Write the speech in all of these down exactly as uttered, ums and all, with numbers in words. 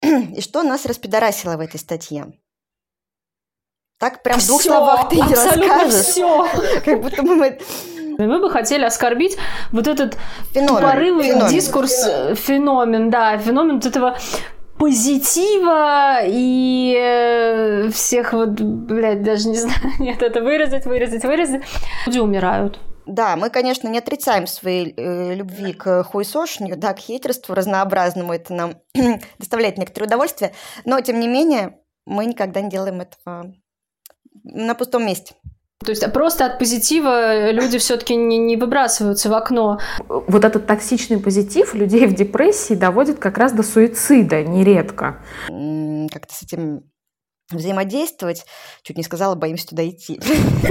И что нас распидорасило в этой статье? Так прям в двух словах ты не расскажешь. Все. Как будто мы... Мы бы хотели оскорбить вот этот феномен, тупорылый феномен. дискурс, феномен. феномен, да, феномен вот этого позитива и всех вот, блядь, даже не знаю, нет, это вырезать, вырезать, вырезать. Люди умирают. Да, мы, конечно, не отрицаем своей э, любви к хуесошению, да, к хейтерству разнообразному, это нам доставляет некоторое удовольствие, но, тем не менее, мы никогда не делаем этого на пустом месте. То есть просто от позитива люди все-таки не, не выбрасываются в окно. Вот этот токсичный позитив людей в депрессии доводит как раз до суицида нередко. Как-то с этим взаимодействовать, чуть не сказала, боимся туда идти.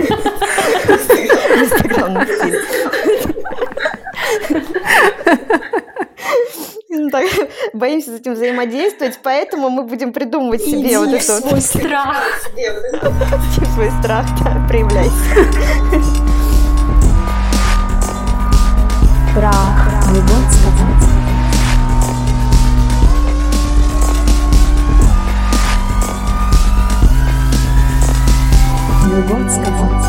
Боимся с этим взаимодействовать, поэтому мы будем придумывать себе вот это свой вот. страх. Свой страх, да, проявляйся. Прах, Выгодского. Выгодского.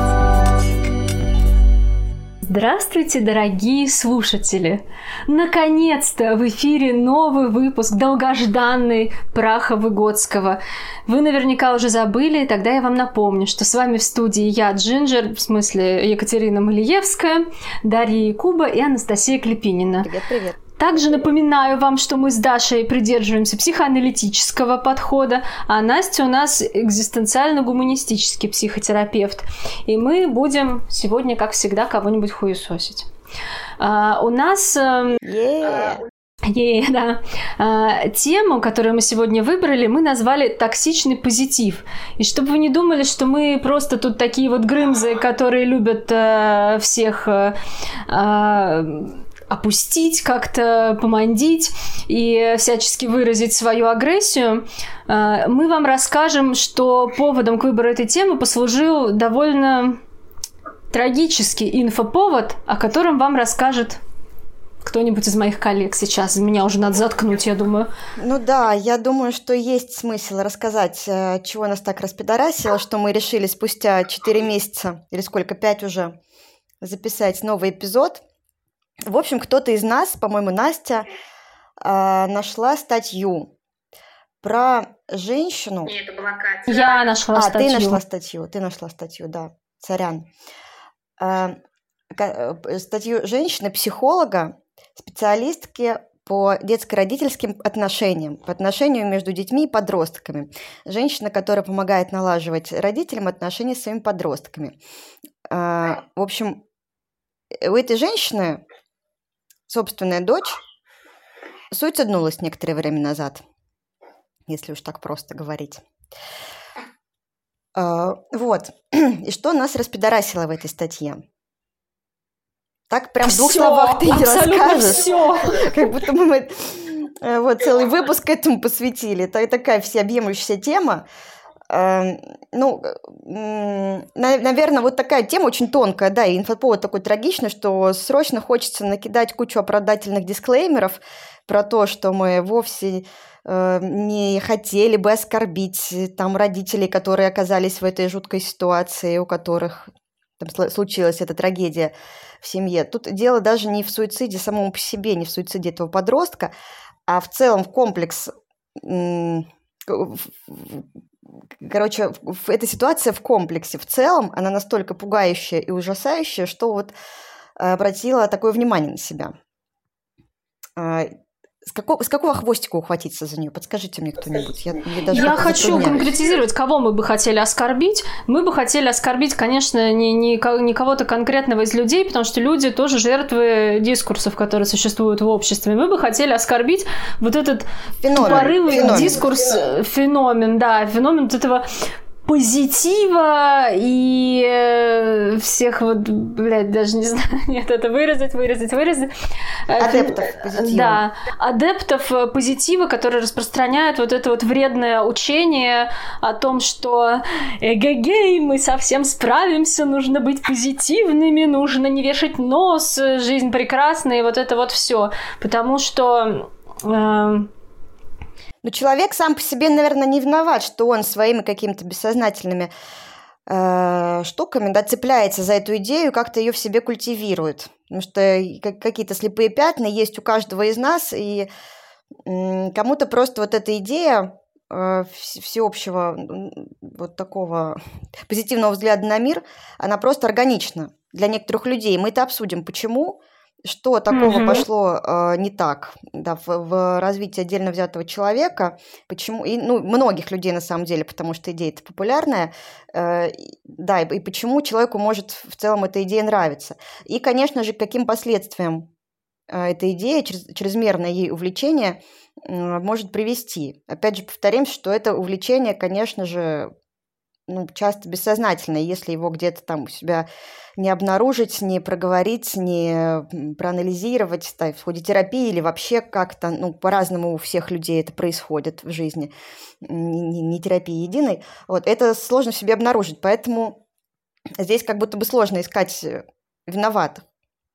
Здравствуйте, дорогие слушатели! Наконец-то в эфире новый выпуск, долгожданный Праха Выгодского. Вы наверняка уже забыли, тогда я вам напомню, что с вами в студии я, Джинджер, в смысле Екатерина Малиевская, Дарья Якуба и Анастасия Клепинина. Привет, привет. Также напоминаю вам, что мы с Дашей придерживаемся психоаналитического подхода, а Настя у нас экзистенциально-гуманистический психотерапевт. И мы будем сегодня, как всегда, кого-нибудь хуесосить. А, у нас... Yeah. Yeah, да. А, тему, которую мы сегодня выбрали, мы назвали «Токсичный позитив». И чтобы вы не думали, что мы просто тут такие вот грымзы, которые любят а, всех... А, опустить, как-то помандить и всячески выразить свою агрессию, мы вам расскажем, что поводом к выбору этой темы послужил довольно трагический инфоповод, о котором вам расскажет кто-нибудь из моих коллег сейчас. Меня уже надо заткнуть, я думаю. Ну да, я думаю, что есть смысл рассказать, чего нас так распидорасило, что мы решили спустя четыре месяца, или сколько, пять уже, записать новый эпизод. В общем, кто-то из нас, по-моему, Настя, э, нашла статью про женщину. Нет, это была Катя. Я нашла а, статью. А, ты нашла статью, ты нашла статью, да, сорян. Э, статью женщины-психолога, специалистки по детско-родительским отношениям, по отношению между детьми и подростками. Женщина, которая помогает налаживать родителям отношения с своими подростками. Э, в общем, у этой женщины собственная дочь суициднулась некоторое время назад, если уж так просто говорить. Вот. И что нас распидорасило в этой статье? Так прям в двух Всё, словах ты не расскажешь. Всё. Как будто мы вот целый выпуск этому посвятили. Это такая всеобъемлющая тема. Ну, наверное, вот такая тема очень тонкая, да, и инфоповод такой трагичный, что срочно хочется накидать кучу оправдательных дисклеймеров про то, что мы вовсе не хотели бы оскорбить там родителей, которые оказались в этой жуткой ситуации, у которых там случилась эта трагедия в семье. Тут дело даже не в суициде самому по себе, не в суициде этого подростка, а в целом в комплекс... Короче, эта ситуация в комплексе, в целом, она настолько пугающая и ужасающая, что вот обратила такое внимание на себя. С какого, с какого хвостика ухватиться за нее? Подскажите мне кто-нибудь. Я, я, даже я хочу конкретизировать, кого мы бы хотели оскорбить. Мы бы хотели оскорбить, конечно, не, не, не кого-то конкретного из людей, потому что люди тоже жертвы дискурсов, которые существуют в обществе. Мы бы хотели оскорбить вот этот феномен, тупорылый феномен. дискурс, феномен, да, феномен вот этого позитива и всех вот, блядь, даже не знаю, нет, это вырезать, вырезать, вырезать. Адептов позитива. Да, адептов позитива, которые распространяют вот это вот вредное учение о том, что эгегей, мы совсем справимся, нужно быть позитивными, нужно не вешать нос, жизнь прекрасна, и вот это вот все. Потому что... Э, Но человек сам по себе, наверное, не виноват, что он своими какими-то бессознательными э, штуками, да, цепляется за эту идею, как-то ее в себе культивирует. Потому что какие-то слепые пятна есть у каждого из нас, и э, кому-то просто вот эта идея э, всеобщего вот такого позитивного взгляда на мир, она просто органична для некоторых людей. Мы это обсудим, почему. Что такого mm-hmm. пошло э, не так, да, в, в развитии отдельно взятого человека, почему, и, ну, многих людей на самом деле, потому что идея-то популярная, э, да, и, и почему человеку может в целом эта идея нравиться. И, конечно же, к каким последствиям э, эта идея, чрез, чрезмерное ей увлечение э, может привести. Опять же, повторимся, что это увлечение, конечно же, ну, часто бессознательное, если его где-то там у себя не обнаружить, не проговорить, не проанализировать, да, в ходе терапии или вообще как-то, ну, по-разному у всех людей это происходит в жизни, не, не терапии единой, вот, это сложно в себе обнаружить, поэтому здесь как будто бы сложно искать виноватых.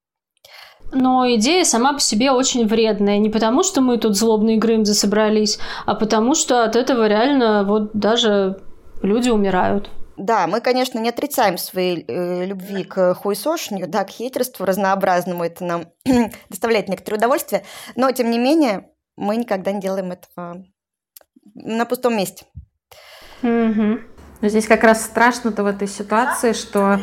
Но идея сама по себе очень вредная. Не потому, что мы тут злобные грымзы собрались, а потому, что от этого реально вот даже люди умирают. Да, мы, конечно, не отрицаем своей э, любви к хуесошню, да, к хейтерству разнообразному, это нам доставляет некоторое удовольствие, но, тем не менее, мы никогда не делаем этого на пустом месте. Mm-hmm. Но здесь как раз страшно-то в этой ситуации, что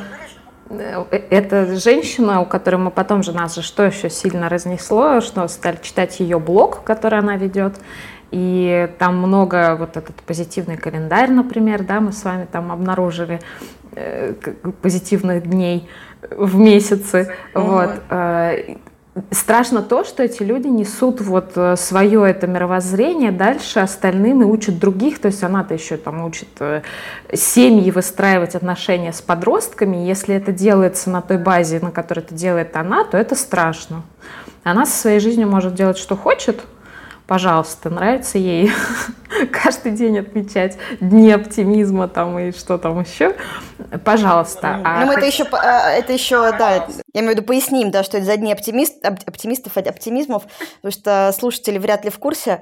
эта женщина, у которой мы потом же нас же что еще сильно разнесло, что стали читать ее блог, который она ведет, и там много, вот этот позитивный календарь, например, да, мы с вами там обнаружили э, позитивных дней в месяце, mm-hmm. вот. Э, страшно то, что эти люди несут вот свое это мировоззрение дальше остальным и учат других, то есть она-то еще там учит э, семьи выстраивать отношения с подростками, если это делается на той базе, на которой это делает она, то это страшно. Она со своей жизнью может делать, что хочет. Пожалуйста, нравится ей каждый день отмечать дни оптимизма там и что там еще, пожалуйста. А ну, это еще, это еще, да, я имею в виду, поясним, да, что это за дни оптимист, оптимистов, оптимизмов, потому что слушатели вряд ли в курсе.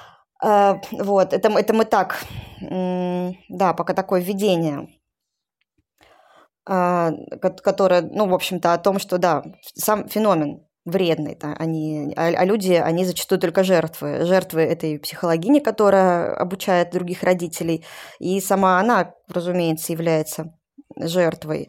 Вот, это, это мы так, да, пока такое введение, которое, ну, в общем-то, о том, что, да, сам феномен вредный, да, они, а, а люди, они зачастую только жертвы. Жертвы этой психологини, которая обучает других родителей, и сама она, разумеется, является жертвой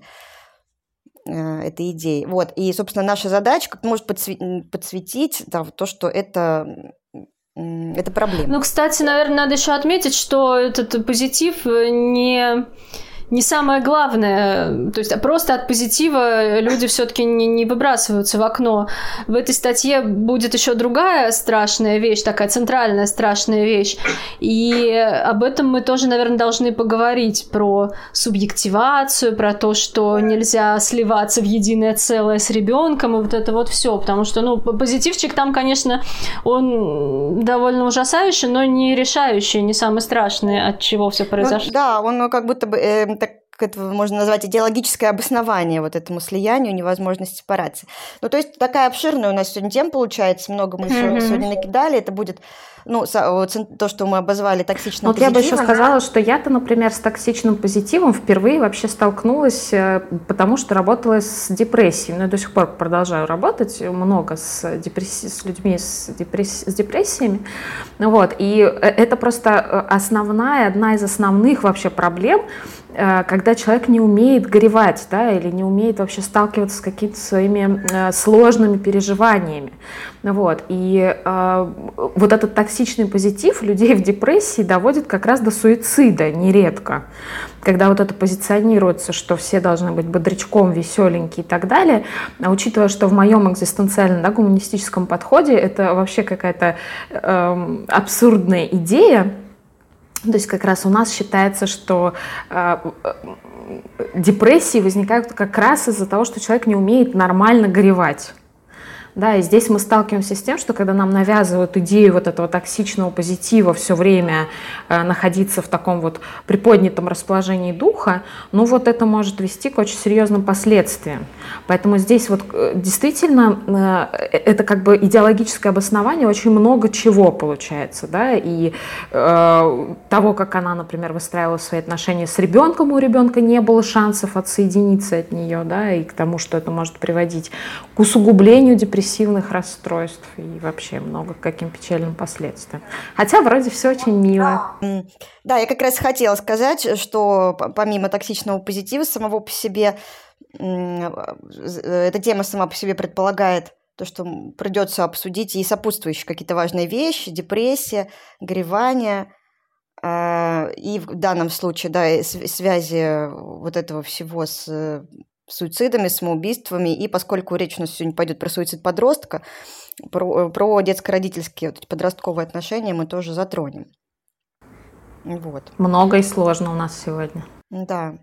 э, этой идеи. Вот. И, собственно, наша задача как может подсветить, подсветить да, то, что это, э, это проблема. Ну, кстати, наверное, надо еще отметить, что этот позитив не... не самое главное, то есть просто от позитива люди все-таки не, не выбрасываются в окно. В этой статье будет еще другая страшная вещь, такая центральная страшная вещь, и об этом мы тоже, наверное, должны поговорить, про субъективацию, про то, что нельзя сливаться в единое целое с ребенком, и вот это вот все, потому что, ну, позитивчик там, конечно, он довольно ужасающий, но не решающий, не самый страшный, от чего все произошло. Ну, да, он как будто бы э, так это можно назвать идеологическое обоснование вот этому слиянию, невозможность сепарации. Ну, то есть такая обширная у нас сегодня тема получается, много мы mm-hmm. сегодня накидали, это будет, ну, то, что мы обозвали токсичным вот позитивом. Я бы еще сказала, что я-то, например, с токсичным позитивом впервые вообще столкнулась, потому что работала с депрессией, но я до сих пор продолжаю работать много с, депресси... с людьми с, депресс... с депрессиями, вот, и это просто основная, одна из основных вообще проблем, когда человек не умеет горевать, да, или не умеет вообще сталкиваться с какими-то своими э, сложными переживаниями. Вот. И э, вот этот токсичный позитив людей в депрессии доводит как раз до суицида нередко. Когда вот это позиционируется, что все должны быть бодрячком, веселенькие и так далее, а учитывая, что в моем экзистенциальном, да, гуманистическом подходе это вообще какая-то э, абсурдная идея. То есть как раз у нас считается, что э, депрессии возникают как раз из-за того, что человек не умеет нормально горевать. Да, и здесь мы сталкиваемся с тем, что когда нам навязывают идею вот этого токсичного позитива все время э, находиться в таком вот приподнятом расположении духа, ну вот это может вести к очень серьезным последствиям. Поэтому здесь вот действительно э, это как бы идеологическое обоснование очень много чего получается, да, и э, того, как она, например, выстраивала свои отношения с ребенком, у ребенка не было шансов отсоединиться от нее, да, и к тому, что это может приводить к усугублению депрессии, депрессивных расстройств и вообще много к каким печальным последствиям. Хотя вроде все очень мило. Да, я как раз хотела сказать, что помимо токсичного позитива самого по себе, эта тема сама по себе предполагает то, что придется обсудить и сопутствующие какие-то важные вещи, депрессия, горевание, и в данном случае, да, связи вот этого всего с суицидами, самоубийствами, и поскольку речь у нас сегодня пойдет про суицид подростка, про, про детско-родительские вот эти подростковые отношения мы тоже затронем. Вот. Много и сложно у нас сегодня. Да.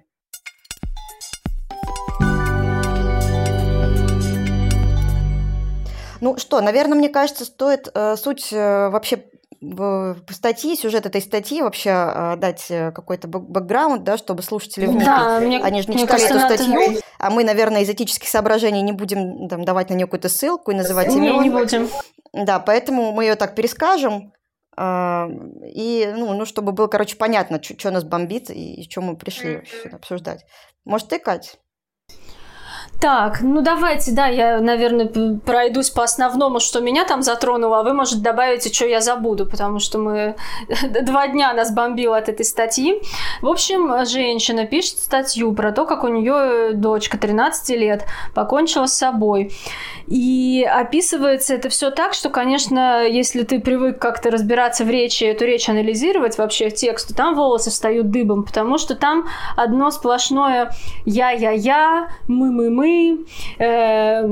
Ну что, наверное, мне кажется, стоит э, суть э, вообще статьи, сюжет этой статьи вообще э, дать какой-то бэкграунд, да, чтобы слушатели вникли. Да, они же не читали кажется, эту статью, это... а мы, наверное, из этических соображений не будем там, давать на нее какую-то ссылку и называть имен. Не, не будем. Да, поэтому мы ее так перескажем, э, и, ну, ну, чтобы было, короче, понятно, что нас бомбит и что мы пришли вообще сюда обсуждать. Может, ты, Кать? Так, ну давайте, да, я, наверное, пройдусь по основному, что меня там затронуло, а вы, может, добавите, что я забуду, потому что мы два дня нас бомбило от этой статьи. В общем, женщина пишет статью про то, как у нее дочка тринадцати лет покончила с собой. И описывается это все так, что, конечно, если ты привык как-то разбираться в речи, эту речь анализировать вообще в текст, то там волосы встают дыбом, потому что там одно сплошное «я-я-я», «мы-мы-мы». Э,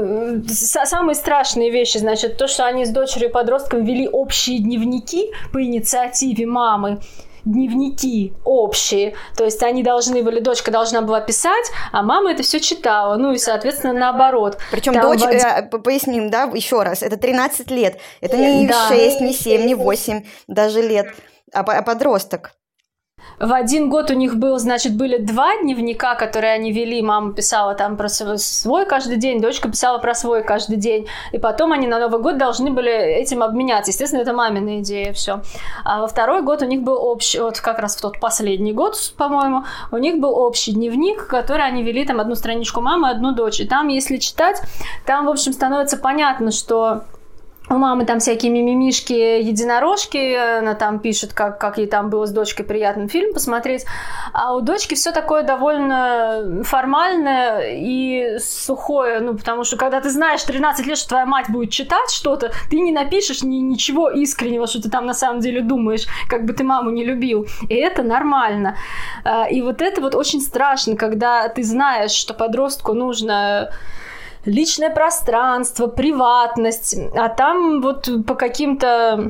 самые страшные вещи, значит, то, что они с дочерью-подростком вели общие дневники по инициативе мамы, дневники общие, то есть они должны были, дочка должна была писать, а мама это все читала, ну и, соответственно, наоборот. Причем дочь, в... поясним, да, еще раз, это тринадцать лет, это не да. шесть, не семь, не восемь даже лет, а подросток. В один год у них был, значит, были два дневника, которые они вели. Мама писала там про свой каждый день, дочка писала про свой каждый день. И потом они на Новый год должны были этим обменяться. Естественно, это мамина идея, все. А во второй год у них был общий, вот как раз в тот последний год, по-моему, у них был общий дневник, который они вели, там одну страничку мамы, одну дочь. И там, если читать, там, в общем, становится понятно, что... У мамы там всякие мимимишки, единорожки, она там пишет, как, как ей там было с дочкой приятно фильм посмотреть, а у дочки все такое довольно формальное и сухое, ну, потому что когда ты знаешь тринадцать лет, что твоя мать будет читать что-то, ты не напишешь ни, ничего искреннего, что ты там на самом деле думаешь, как бы ты маму не любил, и это нормально. И вот это вот очень страшно, когда ты знаешь, что подростку нужно... личное пространство, приватность, а там вот по каким-то,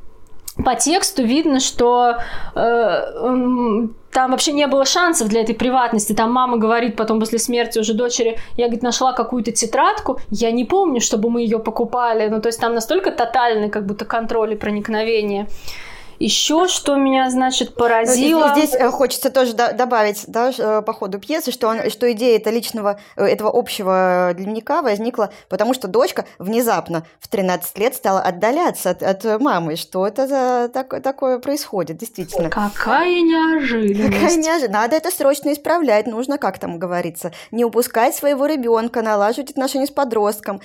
по тексту видно, что э, там вообще не было шансов для этой приватности, там мама говорит потом после смерти уже дочери, я, говорит, нашла какую-то тетрадку, я не помню, чтобы мы ее покупали, ну то есть там настолько тотальный как будто контроль и проникновение. Еще что меня, значит, поразило... Здесь, здесь хочется тоже добавить, да, по ходу пьесы, что, он, что идея этого личного, этого общего дневника возникла, потому что дочка внезапно в тринадцать лет стала отдаляться от, от мамы. Что это за так, такое происходит, действительно? Какая неожиданность! Какая неожиданность! Надо это срочно исправлять, нужно, как там говорится, не упускать своего ребенка, налаживать отношения с подростком.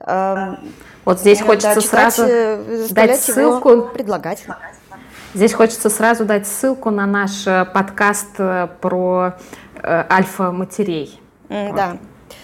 Вот здесь хочется да, сразу дать ссылку. Предлагать. Здесь хочется сразу дать ссылку на наш подкаст про альфа-матерей. Да.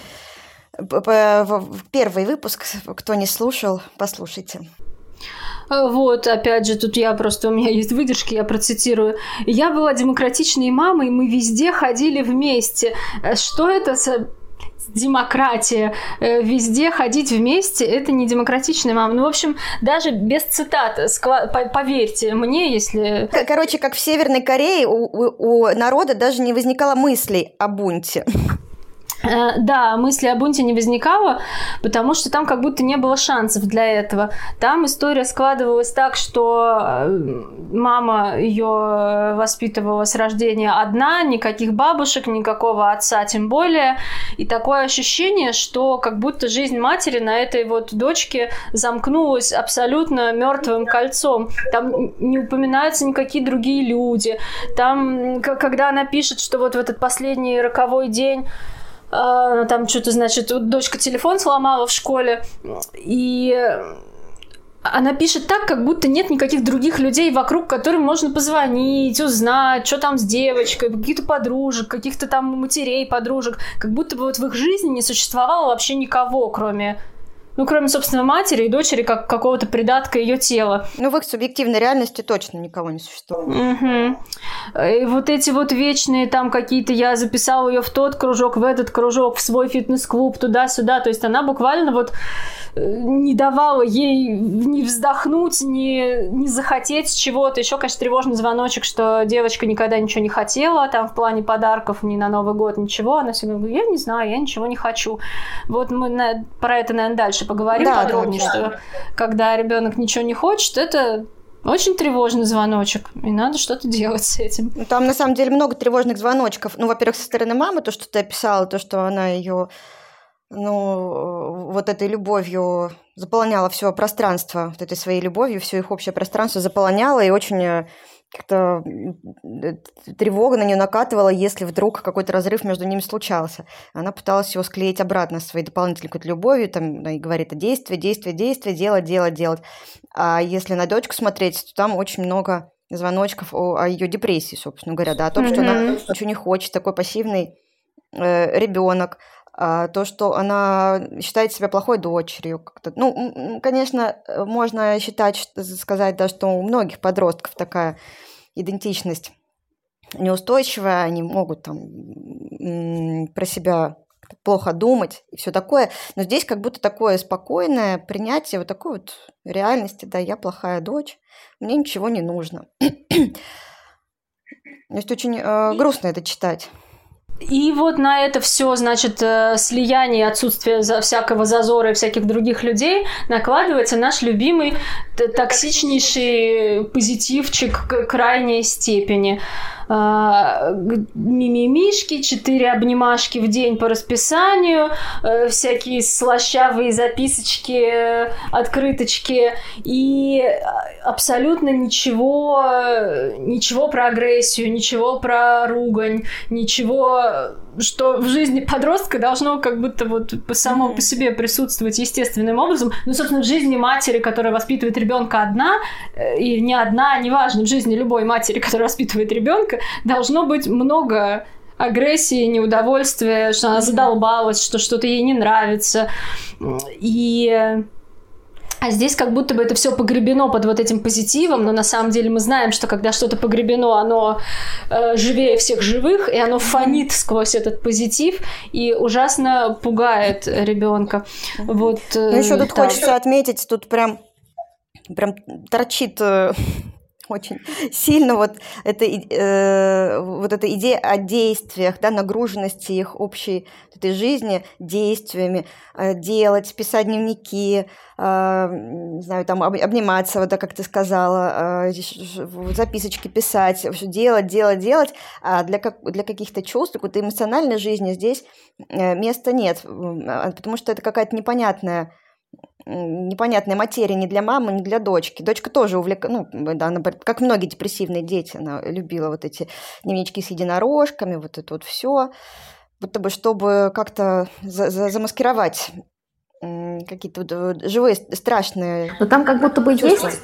Первый выпуск, кто не слушал, послушайте. Вот, опять же, тут я просто, у меня есть выдержки, я процитирую. «Я была демократичной мамой, мы везде ходили вместе». Что это за... демократия, везде ходить вместе, это не демократичная мама. Ну, в общем, даже без цитат, поверьте мне, если... Короче, как в Северной Корее у, у, у народа даже не возникало мыслей о бунте. Да, мысли о бунте не возникало, потому что там как будто не было шансов для этого. Там история складывалась так, что мама ее воспитывала с рождения одна, никаких бабушек, никакого отца тем более. И такое ощущение, что как будто жизнь матери на этой вот дочке замкнулась абсолютно мертвым кольцом. Там не упоминаются никакие другие люди. Там, когда она пишет, что вот в этот последний роковой день там что-то, значит, дочка телефон сломала в школе, и она пишет так, как будто нет никаких других людей вокруг, которым можно позвонить, узнать, что там с девочкой, каких-то подружек, каких-то там матерей, подружек, как будто бы вот в их жизни не существовало вообще никого, кроме... Ну, кроме, собственно, матери и дочери, как какого-то придатка ее тела. Ну, в их субъективной реальности точно никого не существует. Угу. И вот эти вот вечные там какие-то... Я записала ее в тот кружок, в этот кружок, в свой фитнес-клуб, туда-сюда. То есть она буквально вот не давала ей ни вздохнуть, ни, ни захотеть чего-то. Еще, конечно, тревожный звоночек, что девочка никогда ничего не хотела, там в плане подарков ни на Новый год, ничего. Она всегда говорит, я не знаю, я ничего не хочу. Вот мы на, про это, наверное, дальше поговорим да, подробнее, да, что да. Когда ребенок ничего не хочет, это очень тревожный звоночек, и надо что-то делать с этим. Там, на самом деле, много тревожных звоночков. Ну, во-первых, со стороны мамы, то, что ты описала, то, что она ее... ну, вот этой любовью заполоняла все пространство, вот этой своей любовью, все их общее пространство заполоняла, и очень как-то тревога на нее накатывала, если вдруг какой-то разрыв между ними случался. Она пыталась его склеить обратно своей дополнительной какой-то любовью, там, и говорит, действие, действие, действие, делать, делать, делать. А если на дочку смотреть, то там очень много звоночков о, о ее депрессии, собственно говоря, да, о том, mm-hmm. что она ничего не хочет, такой пассивный э, ребенок. А то, что она считает себя плохой дочерью. Как-то. Ну, конечно, можно считать, сказать, да, что у многих подростков такая идентичность неустойчивая, они могут там про себя плохо думать и все такое, но здесь как будто такое спокойное принятие вот такой вот реальности, да, я плохая дочь, мне ничего не нужно. То есть очень э, грустно это читать. И вот на это все, значит, слияние, отсутствие всякого зазора и всяких других людей накладывается наш любимый токсичнейший позитивчик крайней степени. Мимимишки, четыре обнимашки в день по расписанию, всякие слащавые записочки, открыточки и абсолютно ничего, ничего про агрессию, ничего про ругань, ничего, что в жизни подростка должно как будто вот само по себе присутствовать естественным образом. Ну, собственно, в жизни матери, которая воспитывает ребенка одна, и не одна, неважно, в жизни любой матери, которая воспитывает ребенка, должно быть много агрессии, неудовольствия, что она задолбалась, что что-то ей не нравится. И... А здесь как будто бы это все погребено под вот этим позитивом, но на самом деле мы знаем, что когда что-то погребено, оно э, живее всех живых, и оно фонит сквозь этот позитив и ужасно пугает ребенка. Вот, э, ну, еще тут да. хочется отметить, тут прям, прям торчит... Э... очень сильно вот эта, э, вот эта идея о действиях, да, нагруженности их общей этой жизни действиями, э, делать, писать дневники, э, не знаю, там обниматься, вот так, как ты сказала, э, записочки писать, делать, делать, делать, а для, как, для каких-то чувств, какой-то эмоциональной жизни здесь э, места нет, потому что это какая-то непонятная непонятная материя ни для мамы, ни для дочки. Дочка тоже увлекалась, ну, да, она, как многие депрессивные дети, она любила вот эти дневнички с единорожками, вот это вот все, будто бы, чтобы как-то за- за- замаскировать какие-то вот живые, страшные Но там как будто бы чувства. есть...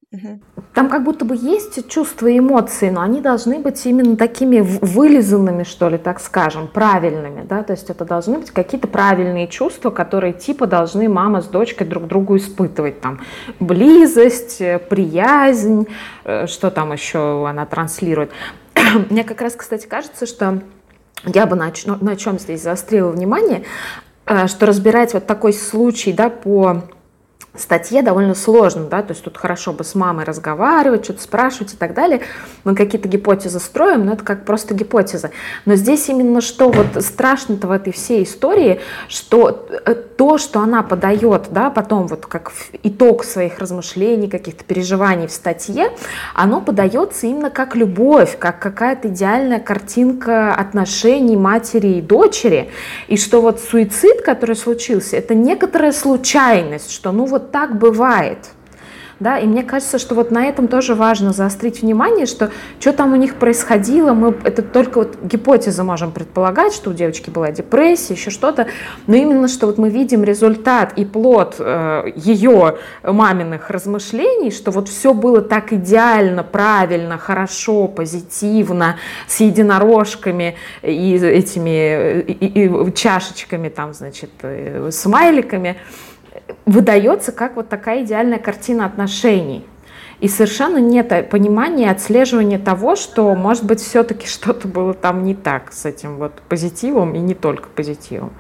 Там как будто бы есть чувства и эмоции, но они должны быть именно такими вылизанными, что ли, так скажем, правильными, да, то есть это должны быть какие-то правильные чувства, которые типа должны мама с дочкой друг другу испытывать, там, близость, приязнь, что там еще она транслирует. Мне как раз, кстати, кажется, что я бы на, на чем здесь заострила внимание, что разбирать вот такой случай, да, по... статье довольно сложно, да, то есть тут хорошо бы с мамой разговаривать, что-то спрашивать и так далее, мы какие-то гипотезы строим, но это как просто гипотеза. Но здесь именно что вот страшно-то в этой всей истории, что то, что она подает, да, потом вот как итог своих размышлений, каких-то переживаний в статье, оно подается именно как любовь, как какая-то идеальная картинка отношений матери и дочери, и что вот суицид, который случился, это некоторая случайность, что ну вот так бывает, да, и мне кажется, что вот на этом тоже важно заострить внимание, что что там у них происходило, мы это только вот гипотезы можем предполагать, что у девочки была депрессия, еще что-то, но именно что вот мы видим результат и плод э, ее маминых размышлений, что вот все было так идеально, правильно, хорошо, позитивно, с единорожками и этими и, и чашечками там, значит, смайликами, выдается как вот такая идеальная картина отношений. И совершенно нет понимания, отслеживания того, что, может быть, все-таки что-то было там не так с этим вот позитивом и не только позитивом.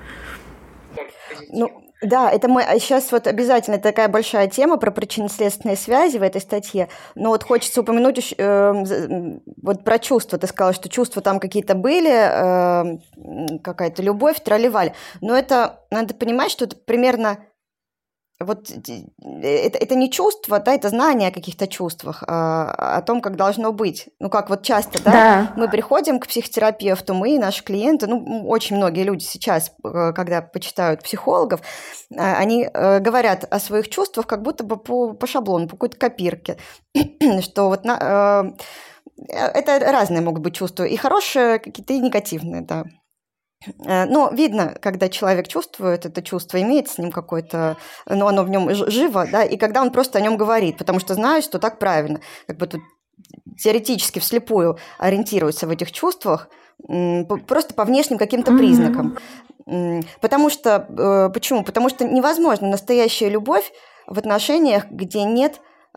Ну, да, это мы сейчас вот обязательно такая большая тема про причинно-следственные связи в этой статье, но вот хочется упомянуть э, вот про чувства. Ты сказала, что чувства там какие-то были, э, какая-то любовь, тролливали, но это надо понимать, что это примерно вот это, это не чувство, да, это знание о каких-то чувствах, а, о том, как должно быть. Ну, как вот часто, да, да, мы приходим к психотерапевту, мы, наши клиенты, ну, очень многие люди сейчас, когда почитают психологов, они говорят о своих чувствах как будто бы по, по шаблону, по какой-то копирке, что вот на, это разные могут быть чувства, и хорошие какие-то, и негативные, да. Но видно, когда человек чувствует это чувство, имеет с ним какое-то, но оно в нем живо, да, и когда он просто о нем говорит, потому что знает, что так правильно, как бы тут теоретически вслепую ориентируется в этих чувствах, просто по внешним каким-то признакам. Mm-hmm. Потому что, почему? Потому что невозможно настоящая любовь в отношениях, где нет,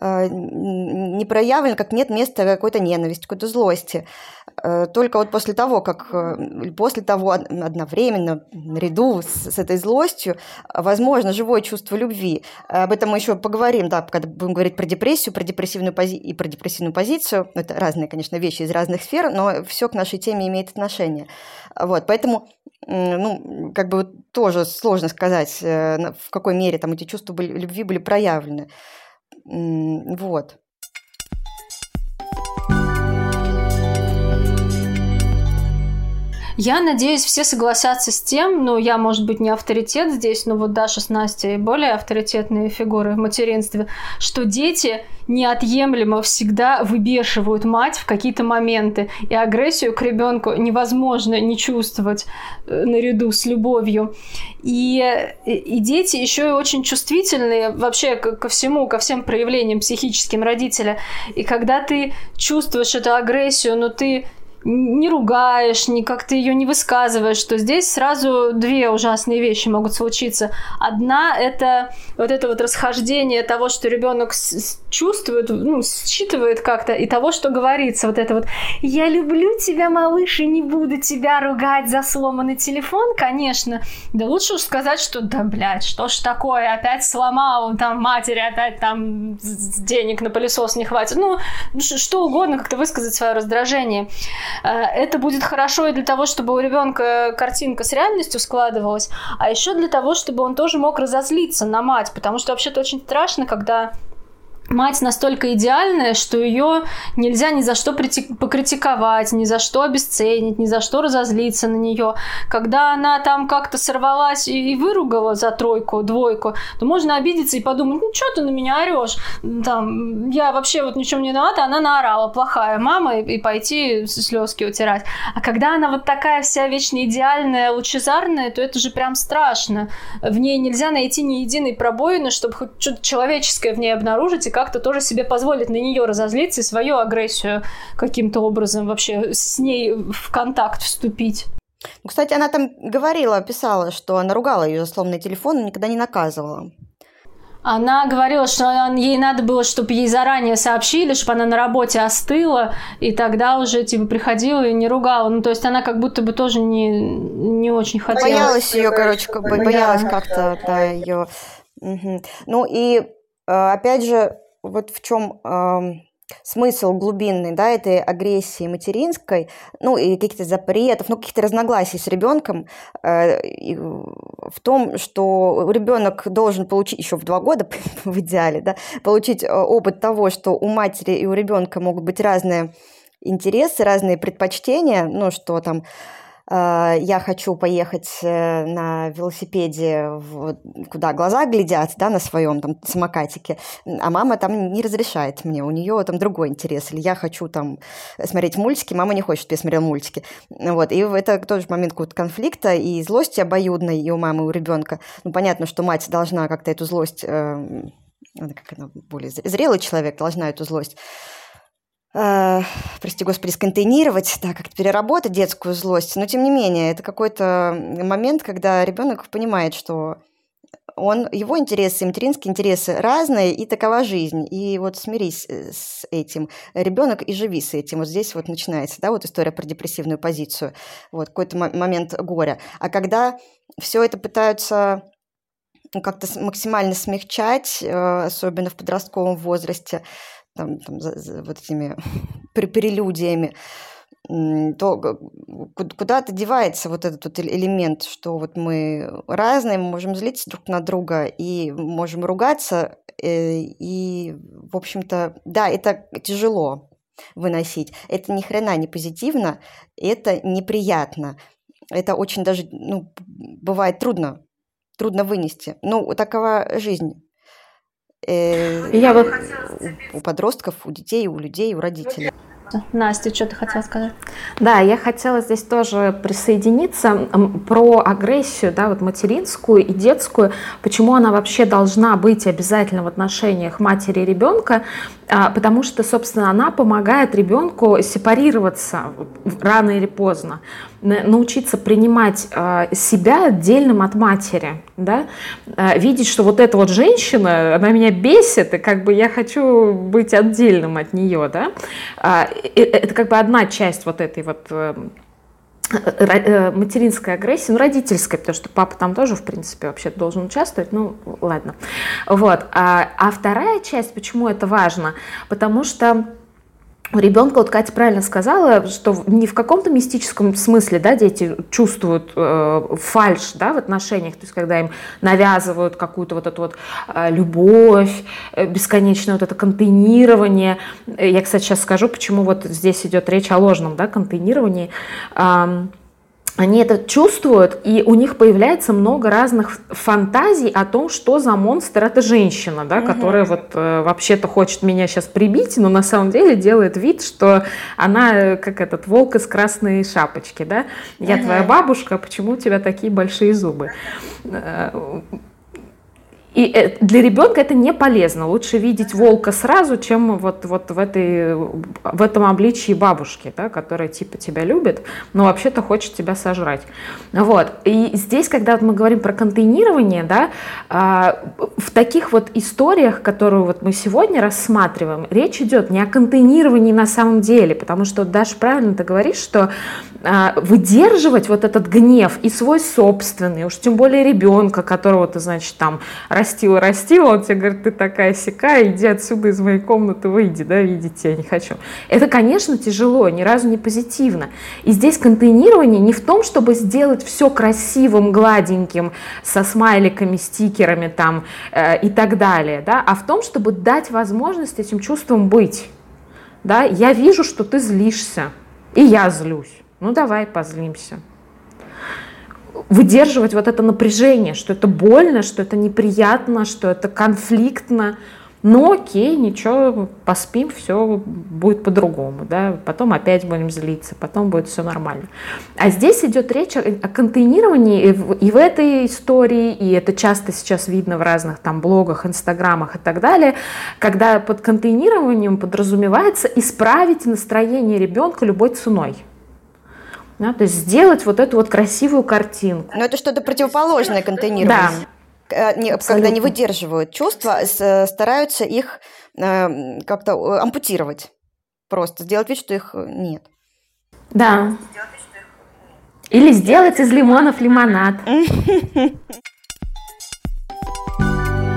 не проявлено, как нет места какой-то ненависти, какой-то злости. Только вот после того, как после того одновременно наряду с, с этой злостью возможно живое чувство любви. Об этом мы еще поговорим, да, когда будем говорить про депрессию, про депрессивную пози- и про депрессивную позицию. Это разные, конечно, вещи из разных сфер, но все к нашей теме имеет отношение. Вот, поэтому, ну, как бы тоже сложно сказать, в какой мере там эти чувства были, любви были проявлены. Вот. Я надеюсь, все согласятся с тем, ну, я, может быть, не авторитет здесь, но вот Даша с Настей более авторитетные фигуры в материнстве, что дети неотъемлемо всегда выбешивают мать в какие-то моменты, и агрессию к ребенку невозможно не чувствовать наряду с любовью. И, и дети еще и очень чувствительные вообще ко всему, ко всем проявлениям психическим родителя. И когда ты чувствуешь эту агрессию, но ты не ругаешь, ни как ты ее не высказываешь, что здесь сразу две ужасные вещи могут случиться. Одна — это вот это вот расхождение того, что ребенок чувствует, ну, считывает как-то, и того, что говорится. Вот это вот «я люблю тебя, малыш, и не буду тебя ругать за сломанный телефон», конечно. Да лучше уж сказать, что да, блядь, что ж такое, опять сломал, там, матери опять там денег на пылесос не хватит. Ну, что угодно, как-то высказать свое раздражение. Это будет хорошо и для того, чтобы у ребенка картинка с реальностью складывалась, а еще для того, чтобы он тоже мог разозлиться на мать, потому что вообще-то очень страшно, когда мать настолько идеальная, что ее нельзя ни за что покритиковать, ни за что обесценить, ни за что разозлиться на нее. Когда она там как-то сорвалась и выругала за тройку, двойку, то можно обидеться и подумать, ну что ты на меня орешь? Там, я вообще вот ни в чем не виновата, она наорала, плохая мама, и пойти слезки утирать. А когда она вот такая вся вечно идеальная, лучезарная, то это же прям страшно. В ней нельзя найти ни единой пробоины, чтобы хоть что-то человеческое в ней обнаружить, и как-то тоже себе позволить на нее разозлиться и свою агрессию каким-то образом вообще с ней в контакт вступить. Ну, кстати, она там говорила, писала, что она ругала ее за сломанный телефон, но никогда не наказывала. Она говорила, что ей надо было, чтобы ей заранее сообщили, чтобы она на работе остыла, и тогда уже типа приходила и не ругала. Ну, то есть она как будто бы тоже не, не очень хотела. Боялась ее, короче, боялась как-то, да, ее Угу. Ну и опять же, вот в чем э, смысл глубинный, да, этой агрессии материнской, ну и каких-то запретов, ну каких-то разногласий с ребенком, э, в том, что ребенок должен получить еще в два года, в идеале, да, получить опыт того, что у матери и у ребенка могут быть разные интересы, разные предпочтения, ну что там, я хочу поехать на велосипеде, в, куда глаза глядят, да, на своем там самокатике, а мама там не разрешает мне, у нее там другой интерес, или я хочу там смотреть мультики, мама не хочет, чтобы я смотрел мультики. Вот, и это тоже момент какого-то конфликта и злости обоюдной и у мамы, и у ребенка. Ну, понятно, что мать должна как-то эту злость, э, как она, более зрелый человек, должна эту злость прости господи, сконтейнировать, да, как-то переработать детскую злость, но тем не менее, это какой-то момент, когда ребенок понимает, что он, его интересы, материнские интересы разные, и такова жизнь, и вот смирись с этим, ребенок, и живи с этим, вот здесь вот начинается, да, вот история про депрессивную позицию, вот какой-то момент горя, а когда все это пытаются как-то максимально смягчать, особенно в подростковом возрасте, там, там за, за вот этими прелюдиями, то куда-то девается вот этот вот элемент, что вот мы разные, мы можем злиться друг на друга и можем ругаться, и, в общем-то, да, это тяжело выносить. Это ни хрена не позитивно, это неприятно. Это очень даже, ну, бывает трудно, трудно вынести. Ну, такова жизнь. Я вот... у подростков, у детей, у людей, у родителей. Настя, что ты хотела сказать? Да, я хотела здесь тоже присоединиться про агрессию, да, вот материнскую и детскую, почему она вообще должна быть обязательно в отношениях матери и ребенка, потому что, собственно, она помогает ребенку сепарироваться рано или поздно, научиться принимать себя отдельным от матери, да, видеть, что вот эта вот женщина, она меня бесит, и как бы я хочу быть отдельным от нее, да. Это как бы одна часть вот этой вот материнской агрессии, ну, родительской, потому что папа там тоже, в принципе, вообще должен участвовать, ну, ладно. Вот. А, а вторая часть, почему это важно? Потому что у ребенка, вот Катя правильно сказала, что не в каком-то мистическом смысле, да, дети чувствуют э, фальшь, да, в отношениях, то есть когда им навязывают какую-то вот эту вот э, любовь, э, бесконечное вот это контейнирование. Я, кстати, сейчас скажу, почему вот здесь идет речь о ложном, да, контейнировании. Э, Они это чувствуют, и у них появляется много разных фантазий о том, что за монстр эта женщина, да, угу. которая вот э, вообще-то хочет меня сейчас прибить, но на самом деле делает вид, что она как этот волк из красной шапочки, да. Я угу. твоя бабушка, почему у тебя такие большие зубы? И для ребенка это не полезно. Лучше видеть волка сразу, чем вот, вот в, этой, в этом обличии бабушки, да, которая типа тебя любит, но вообще-то хочет тебя сожрать. Вот. И здесь, когда вот мы говорим про контейнирование, да, в таких вот историях, которые вот мы сегодня рассматриваем, речь идет не о контейнировании на самом деле, потому что, Даша, правильно ты говоришь, что выдерживать вот этот гнев и свой собственный, уж тем более ребенка, которого ты, значит, там растила, растила, он тебе говорит, ты такая сякая, иди отсюда из моей комнаты, выйди, да, видеть я не хочу. Это, конечно, тяжело, ни разу не позитивно. И здесь контейнирование не в том, чтобы сделать все красивым, гладеньким, со смайликами, стикерами там э, и так далее, да, а в том, чтобы дать возможность этим чувствам быть. Да? Я вижу, что ты злишься, и я злюсь. Ну, давай позлимся. Выдерживать вот это напряжение, что это больно, что это неприятно, что это конфликтно. Но окей, ничего, поспим, все будет по-другому, да, потом опять будем злиться, потом будет все нормально. А здесь идет речь о, о контейнировании и в, и в этой истории, и это часто сейчас видно в разных там блогах, инстаграмах и так далее, когда под контейнированием подразумевается исправить настроение ребенка любой ценой. Да, то есть сделать вот эту вот красивую картинку. Но это что-то противоположное контейнированию. Да. Когда не выдерживают чувства, стараются их как-то ампутировать. Просто сделать вид, что их нет. Да. Или сделать из лимонов лимонад.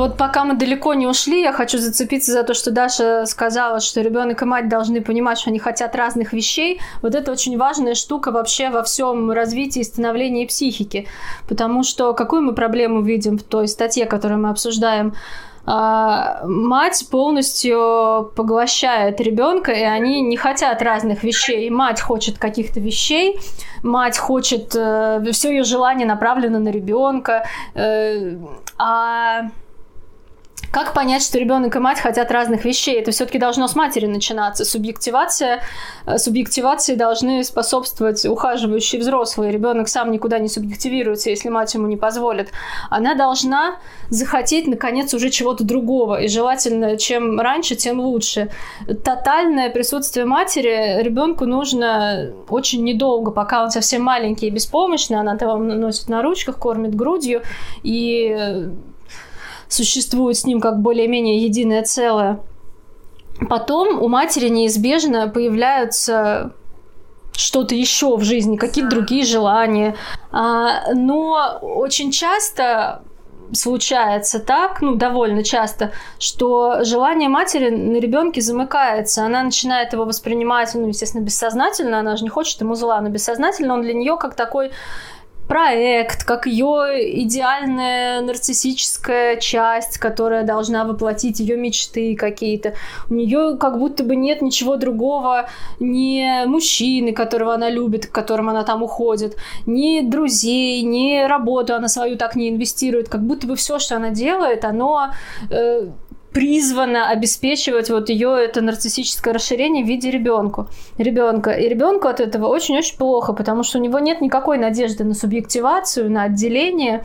Вот пока мы далеко не ушли, я хочу зацепиться за то, что Даша сказала, что ребенок и мать должны понимать, что они хотят разных вещей. Вот это очень важная штука вообще во всем развитии и становлении психики. Потому что какую мы проблему видим в той статье, которую мы обсуждаем? А, мать полностью поглощает ребенка, и они не хотят разных вещей. Мать хочет каких-то вещей, мать хочет, э, все ее желание направлено на ребенка. Э, а как понять, что ребенок и мать хотят разных вещей? Это все-таки должно с матери начинаться. Субъективация, субъективации должны способствовать ухаживающие взрослые. Ребенок сам никуда не субъективируется, если мать ему не позволит. Она должна захотеть, наконец, уже чего-то другого. И желательно, чем раньше, тем лучше. Тотальное присутствие матери ребенку нужно очень недолго, пока он совсем маленький и беспомощный. Она его носит на ручках, кормит грудью и существует с ним как более-менее единое целое. Потом у матери неизбежно появляются что-то еще в жизни, какие-то другие желания. Но очень часто случается так, ну, довольно часто, что желание матери на ребенке замыкается. Она начинает его воспринимать, ну, естественно, бессознательно, она же не хочет ему зла, но бессознательно он для нее как такой проект, как ее идеальная нарциссическая часть, которая должна воплотить ее мечты какие-то. У нее как будто бы нет ничего другого, ни мужчины, которого она любит, к которым она там уходит, ни друзей, ни работу она свою так не инвестирует. Как будто бы все, что она делает, оно э, призвано обеспечивать вот ее это нарциссическое расширение в виде ребенка. ребенка. И ребенку от этого очень-очень плохо, потому что у него нет никакой надежды на субъективацию, на отделение.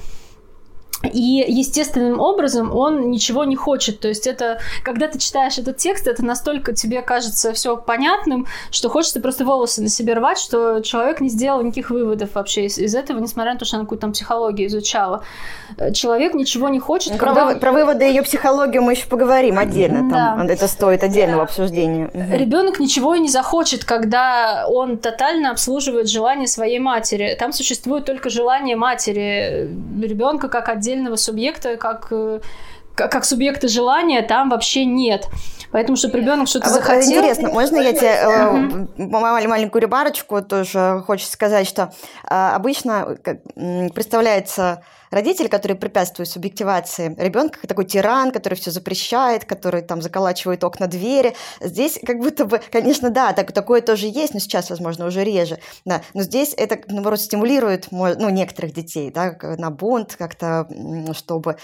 И естественным образом он ничего не хочет. То есть это, когда ты читаешь этот текст, это настолько тебе кажется все понятным, что хочется просто волосы на себе рвать, что человек не сделал никаких выводов вообще из, из этого, несмотря на то, что она какую-то там психологию изучала. Человек ничего не хочет. Про, когда... вывод, про выводы ее психологию мы еще поговорим отдельно. Да. Там, это стоит отдельного обсуждения. Ребенок ничего и не захочет, когда он тотально обслуживает желание своей матери. Там существует только желание матери. Ребенка как отдельного субъекта, как, как, как субъекта желания, там вообще нет. Поэтому, чтобы ребенок что-то а захотел... Вот интересно, можно я тебе uh-huh. э, маленькую ремарочку тоже хочется сказать, что э, обычно э, представляется родитель, который препятствует субъективации ребенка, как такой тиран, который все запрещает, который там заколачивает окна, двери. Здесь как будто бы, конечно, да, так, такое тоже есть, но сейчас, возможно, уже реже. Да. Но здесь это, наоборот, стимулирует ну, некоторых детей, да, на бунт как-то, чтобы...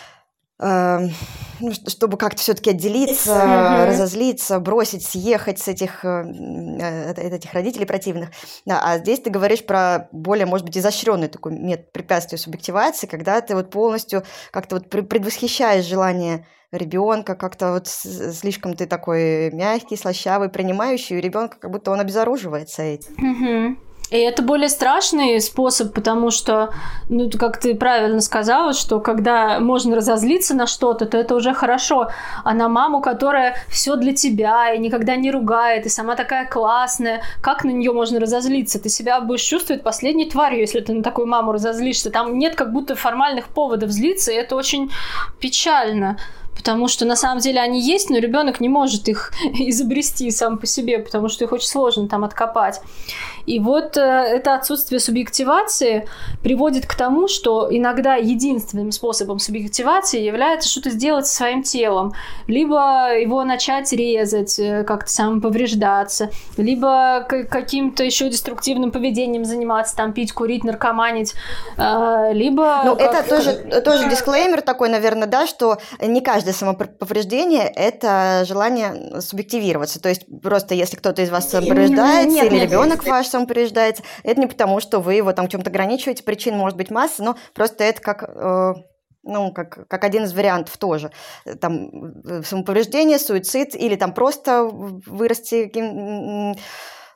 чтобы как-то все-таки отделиться, uh-huh. разозлиться, бросить, съехать с этих, этих родителей противных. Да, а здесь ты говоришь про более, может быть, изощренный такой метод препятствия субъективации, когда ты вот полностью как-то вот предвосхищаешь желание ребенка, как-то вот слишком ты такой мягкий, слащавый, принимающий, и ребенка как будто он обезоруживается этим. Uh-huh. И это более страшный способ, потому что, ну, как ты правильно сказала, что когда можно разозлиться на что-то, то это уже хорошо. А на маму, которая все для тебя и никогда не ругает, и сама такая классная, как на нее можно разозлиться? Ты себя будешь чувствовать последней тварью, если ты на такую маму разозлишься. Там нет как будто формальных поводов злиться, и это очень печально. Потому что на самом деле они есть, но ребенок не может их изобрести сам по себе, потому что их очень сложно там откопать. И вот э, это отсутствие субъективации приводит к тому, что иногда единственным способом субъективации является что-то сделать со своим телом. Либо его начать резать, как-то самоповреждаться, либо к- каким-то еще деструктивным поведением заниматься, там пить, курить, наркоманить, э, либо... Ну, как... это тоже, тоже дисклеймер такой, наверное, да, что не каждый самоповреждение – это желание субъективироваться. То есть просто если кто-то из вас самоповреждается, нет, или нет, ребенок нет. ваш самоповреждается, это не потому, что вы его там в чем-то ограничиваете, причин может быть масса, но просто это как, э, ну, как, как один из вариантов тоже. Там самоповреждение, суицид, или там просто вырасти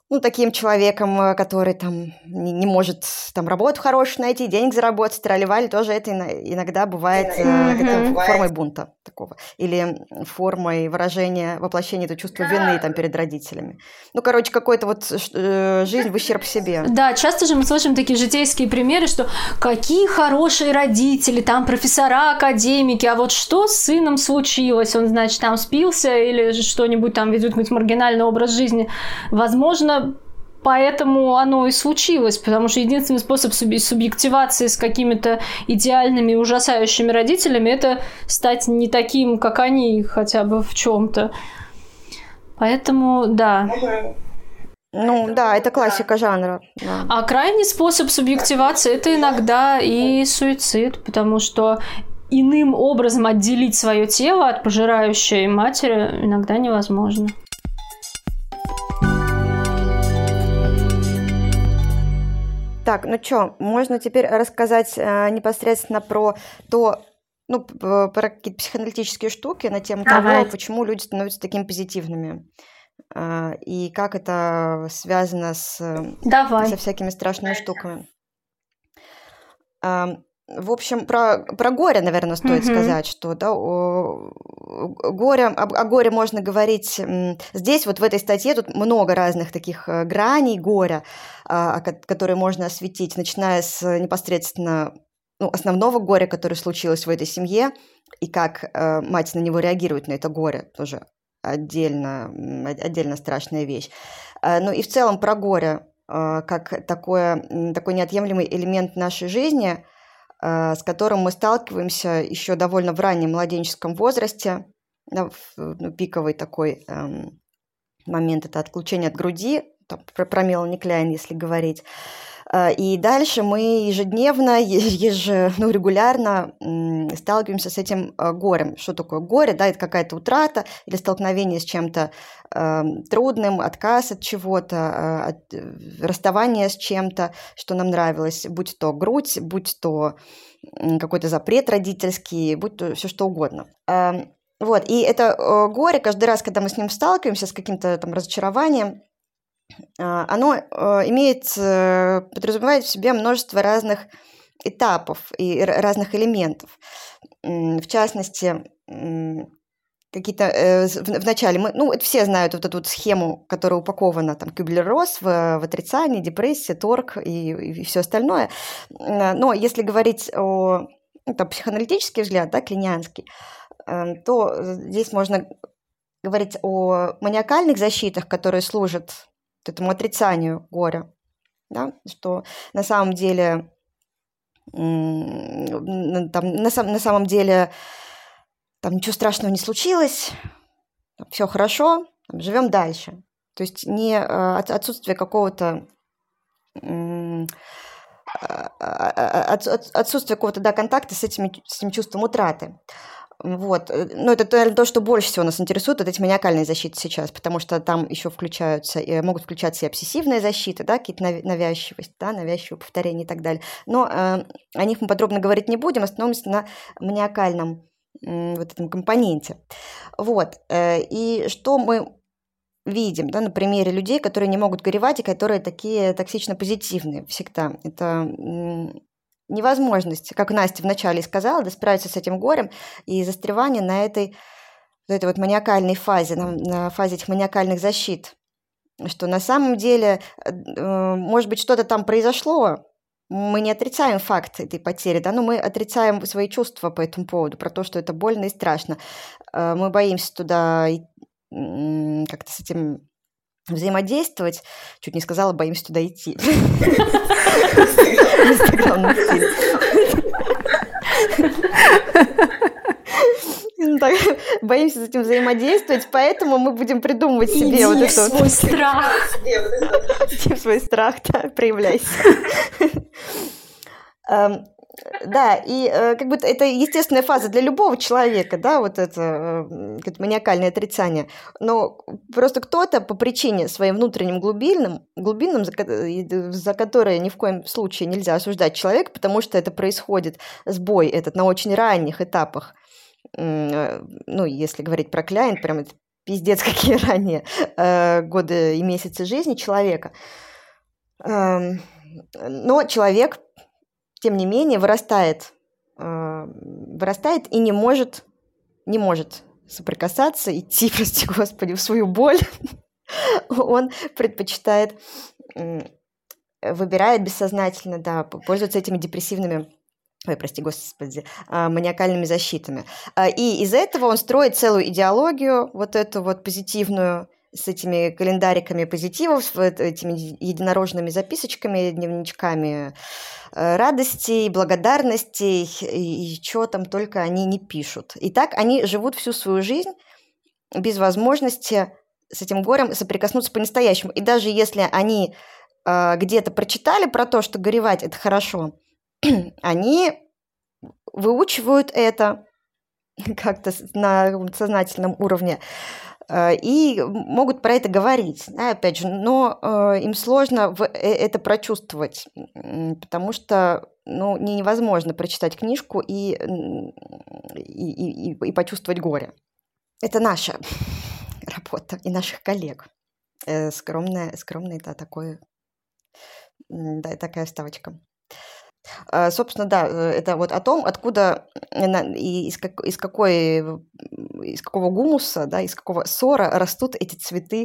ну, таким человеком, который там не, не может там работу хорошую найти, денег заработать, трали-вали, тоже это иногда бывает mm-hmm. э, формой бунта такого. Или формой выражения, воплощения этого чувства вины там перед родителями. Ну, короче, какой-то вот э, жизнь в ущерб себе. Да, часто же мы слышим такие житейские примеры, что какие хорошие родители, там профессора, академики, а вот что с сыном случилось? Он, значит, там спился или что-нибудь там ведет какой-то маргинальный образ жизни. Возможно, поэтому оно и случилось, потому что единственный способ субъективации с какими-то идеальными, ужасающими родителями – это стать не таким, как они, хотя бы в чем-то. Поэтому, да. Ну, да, это классика жанра. Да. А крайний способ субъективации – это иногда и суицид, потому что иным образом отделить свое тело от пожирающей матери иногда невозможно. Так, ну что, можно теперь рассказать э, непосредственно про то, ну, про какие-то психоаналитические штуки на тему Давай. того, почему люди становятся такими позитивными. Э, и как это связано с, со всякими страшными штуками. Э, в общем, про, про горе, наверное, стоит mm-hmm. сказать, что да, о, горе, о, о горе можно говорить. Здесь, вот в этой статье, тут много разных таких граней горя, которые можно осветить, начиная с непосредственно ну, основного горя, которое случилось в этой семье, и как э, мать на него реагирует, на это горе, тоже отдельно, отдельно страшная вещь. Э, ну и в целом про горе, э, как такое, такой неотъемлемый элемент нашей жизни, э, с которым мы сталкиваемся еще довольно в раннем младенческом возрасте, да, в, ну, пиковый такой э, момент, это отключение от груди, про, про Мелани Кляйн, если говорить. И дальше мы ежедневно, еж, ну, регулярно сталкиваемся с этим горем. Что такое горе? Да, это какая-то утрата или столкновение с чем-то э, трудным, отказ от чего-то, от, расставание с чем-то, что нам нравилось, будь то грудь, будь то какой-то запрет родительский, будь то все что угодно. Э, вот, и это э, горе, каждый раз, когда мы с ним сталкиваемся, с каким-то там разочарованием, оно имеет, подразумевает в себе множество разных этапов и разных элементов. В частности, какие-то в начале, мы, ну, это все знают вот эту вот схему, которая упакована, там, Кюблер-Росс в, в отрицании, депрессии, торг и, и все остальное. Но если говорить о ну, там, психоаналитический взгляд, да, клинианский, то здесь можно говорить о маниакальных защитах, которые служат этому отрицанию горя, да, что на самом деле там, на, сам, на самом деле там ничего страшного не случилось, все хорошо, там, живем дальше. То есть не отсутствие какого-то отсутствие какого-то да, контакта с этим, с этим чувством утраты. Вот. Но это, наверное, то, что больше всего нас интересует, вот эти маниакальные защиты сейчас, потому что там еще включаются, могут включаться и обсессивные защиты, да, какие-то навязчивость, да, навязчивые повторения и так далее. Но э, о них мы подробно говорить не будем, остановимся на маниакальном э, вот этом компоненте. Вот. Э, и что мы видим, да, на примере людей, которые не могут горевать и которые такие токсично-позитивные всегда. Это... невозможность, как Настя вначале сказала, да, справиться с этим горем и застревание на этой, этой вот маниакальной фазе, на, на фазе этих маниакальных защит, что на самом деле, э, может быть, что-то там произошло, мы не отрицаем факт этой потери, да, но мы отрицаем свои чувства по этому поводу, про то, что это больно и страшно. Э, мы боимся туда э, как-то с этим взаимодействовать. Чуть не сказала, боимся туда идти. Инстаграмный стиль. Боимся с этим взаимодействовать, поэтому мы будем придумывать себе вот это. Иди в свой страх. Иди в свой страх, да, проявляйся. Да, и э, как бы это естественная фаза для любого человека, да, вот это, э, это маниакальное отрицание. Но просто кто-то по причине своим внутренним глубинным, глубинным, за, за которые ни в коем случае нельзя осуждать человека, потому что это происходит, сбой этот на очень ранних этапах. Э, ну, если говорить про Кляйн, прям это пиздец какие ранее э, годы и месяцы жизни человека. Э, но человек, тем не менее, вырастает, э, вырастает и не может, не может соприкасаться, идти, прости господи, в свою боль. Он предпочитает, выбирает бессознательно, да, пользоваться этими депрессивными, ой, прости господи, маниакальными защитами. И из-за этого он строит целую идеологию, вот эту вот позитивную, с этими календариками позитивов, этими единорожными записочками, дневничками радостей, благодарностей, и, и чего там только они не пишут. И так они живут всю свою жизнь без возможности с этим горем соприкоснуться по-настоящему. И даже если они э, где-то прочитали про то, что горевать – это хорошо, они выучивают это как-то на сознательном уровне э, и могут про это говорить, да, опять же, но э, им сложно в, э, это прочувствовать, потому что ну, невозможно прочитать книжку и, и, и, и почувствовать горе. Это наша работа и наших коллег. Э, скромная, скромная, да, такой, да, такая вставочка. Э, собственно, да, это вот о том, откуда и из, как, из, какой, из какого гумуса, да, из какого сора растут эти цветы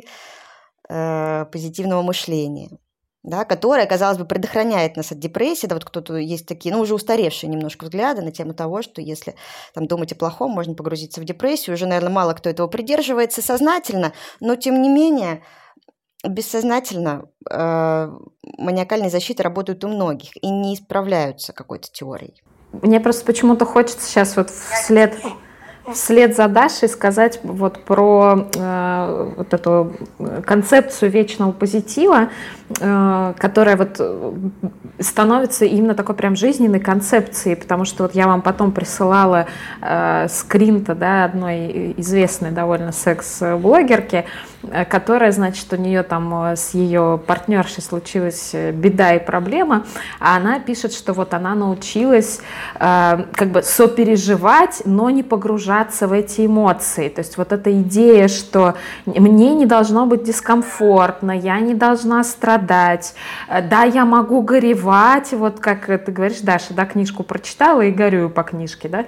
э, позитивного мышления. Да, которая, казалось бы, предохраняет нас от депрессии. Да, вот кто-то есть такие, ну, уже устаревшие немножко взгляды на тему того, что если там думать о плохом, можно погрузиться в депрессию. Уже, наверное, мало кто этого придерживается сознательно, но, тем не менее, бессознательно э, маниакальные защиты работают у многих и не исправляются какой-то теорией. Мне просто почему-то хочется сейчас вот вслед... Вслед за Дашей сказать вот про э, вот эту концепцию вечного позитива, э, которая вот становится именно такой прям жизненной концепцией, потому что вот я вам потом присылала э, скрин-то, да, одной известной довольно секс-блогерки, э, которая, значит, у нее там с ее партнершей случилась беда и проблема, а она пишет, что вот она научилась э, как бы сопереживать, но не погружаться в эти эмоции. То есть вот эта идея, что мне не должно быть дискомфортно, я не должна страдать, да, я могу горевать, вот как ты говоришь, Даша, да, книжку прочитала и горюю по книжке, да,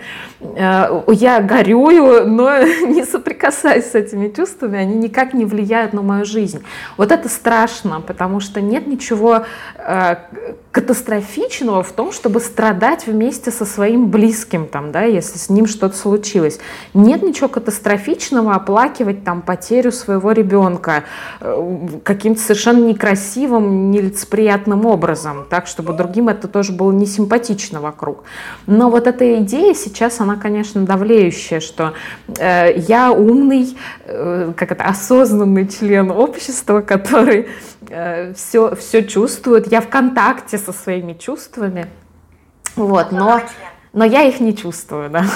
я горюю, но не соприкасаюсь с этими чувствами, они никак не влияют на мою жизнь. Вот это страшно, потому что нет ничего катастрофичного в том, чтобы страдать вместе со своим близким, там, да, если с ним что-то случилось. Нет ничего катастрофичного оплакивать там потерю своего ребенка каким-то совершенно некрасивым, нелицеприятным образом, так, чтобы другим это тоже было несимпатично вокруг. Но вот эта идея сейчас, она, конечно, давлеющая, что э, я умный, э, как это, осознанный член общества, который э, все, все чувствует, я в контакте со своими чувствами, вот, но, но я их не чувствую, да.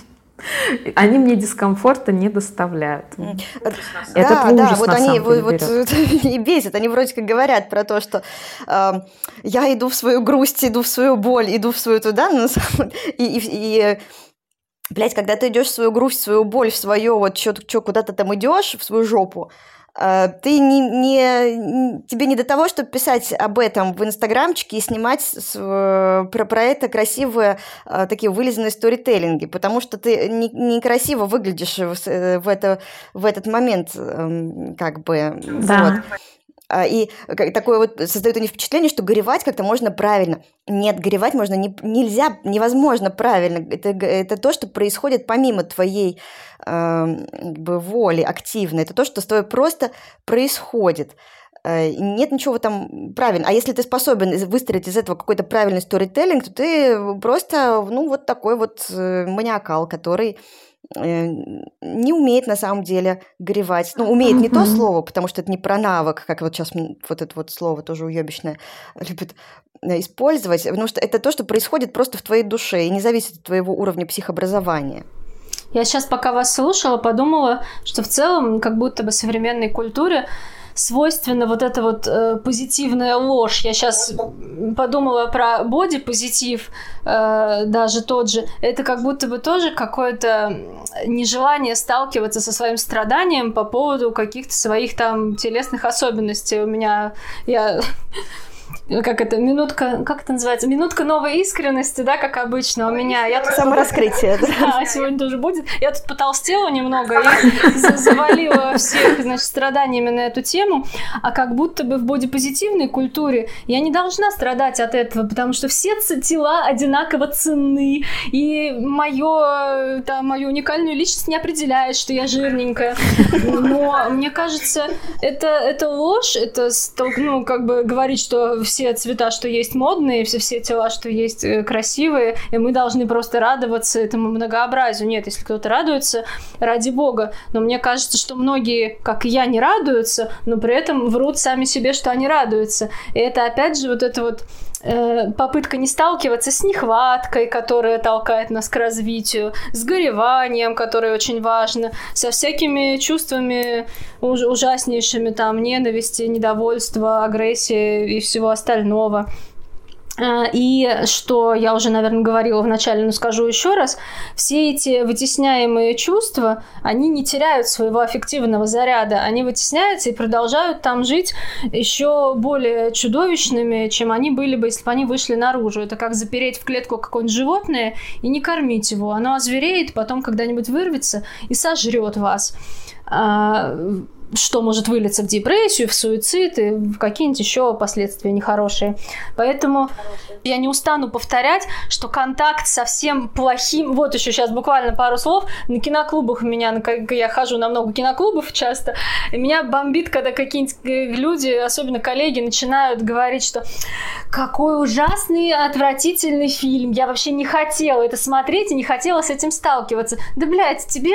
Они мне дискомфорта не доставляют. Это да, да, вот они вот, вот, и бесит. Они вроде как говорят про то, что э, я иду в свою грусть, иду в свою боль, иду в свою туда, и, и, и блядь, когда ты идешь в свою грусть, в свою боль, в свое вот что куда-то там идешь, в свою жопу, ты не, не, тебе не до того, чтобы писать об этом в инстаграмчике и снимать с, про, про это красивые такие вылизанные сторителлинги, потому что ты не, некрасиво выглядишь в, в, это, в этот момент, как бы. Да. Вот. И такое вот создает у них впечатление, что горевать как-то можно правильно. Нет, горевать можно не, нельзя, невозможно правильно. Это, это то, что происходит помимо твоей э, как бы, воли активной. Это то, что с тобой просто происходит. Э, нет ничего там правильного. А если ты способен выстроить из этого какой-то правильный сторителлинг, то ты просто, ну, вот такой вот э, маниакал, который не умеет на самом деле горевать. Ну, умеет не то слово, потому что это не про навык, как вот сейчас вот это вот слово тоже уебищное любят использовать, потому что это то, что происходит просто в твоей душе и не зависит от твоего уровня психообразования. Я сейчас, пока вас слушала, подумала, что в целом как будто бы в современной культуре свойственна вот эта вот э, позитивная ложь. Я сейчас подумала про бодипозитив, э, даже тот же. Это как будто бы тоже какое-то нежелание сталкиваться со своим страданием по поводу каких-то своих там телесных особенностей. У меня... я... Как это, минутка, как это называется? Минутка новой искренности, да, как обычно у меня. Я тут... Самораскрытие. Да, сегодня тоже будет. Я тут потолстела немного и завалила всех, значит, страданиями на эту тему. А как будто бы в бодипозитивной культуре я не должна страдать от этого, потому что все тела одинаково ценны, и мое, там, мою уникальную личность не определяет, что я жирненькая. Но мне кажется, это, это ложь, это, ну, как бы говорить, что все все цвета, что есть модные, все, все тела, что есть красивые, и мы должны просто радоваться этому многообразию. Нет, если кто-то радуется, ради бога. Но мне кажется, что многие, как и я, не радуются, но при этом врут сами себе, что они радуются. И это, опять же, вот эта вот э, попытка не сталкиваться с нехваткой, которая толкает нас к развитию, с гореванием, которое очень важно, со всякими чувствами уж, ужаснейшими, там, ненависти, недовольства, агрессии и всего остального. остального. И что я уже, наверное, говорила вначале, но скажу еще раз, все эти вытесняемые чувства, они не теряют своего аффективного заряда, они вытесняются и продолжают там жить еще более чудовищными, чем они были бы, если бы они вышли наружу. Это как запереть в клетку какое-нибудь животное и не кормить его. Оно озвереет, потом когда-нибудь вырвется и сожрет вас. Что может вылиться в депрессию, в суицид и в какие-нибудь еще последствия нехорошие. Поэтому я не устану повторять, что контакт совсем плохим... Вот еще сейчас буквально пару слов. На киноклубах у меня... Я хожу на много киноклубов часто. И меня бомбит, когда какие-нибудь люди, особенно коллеги, начинают говорить, что какой ужасный, отвратительный фильм. Я вообще не хотела это смотреть и не хотела с этим сталкиваться. Да, блядь, тебе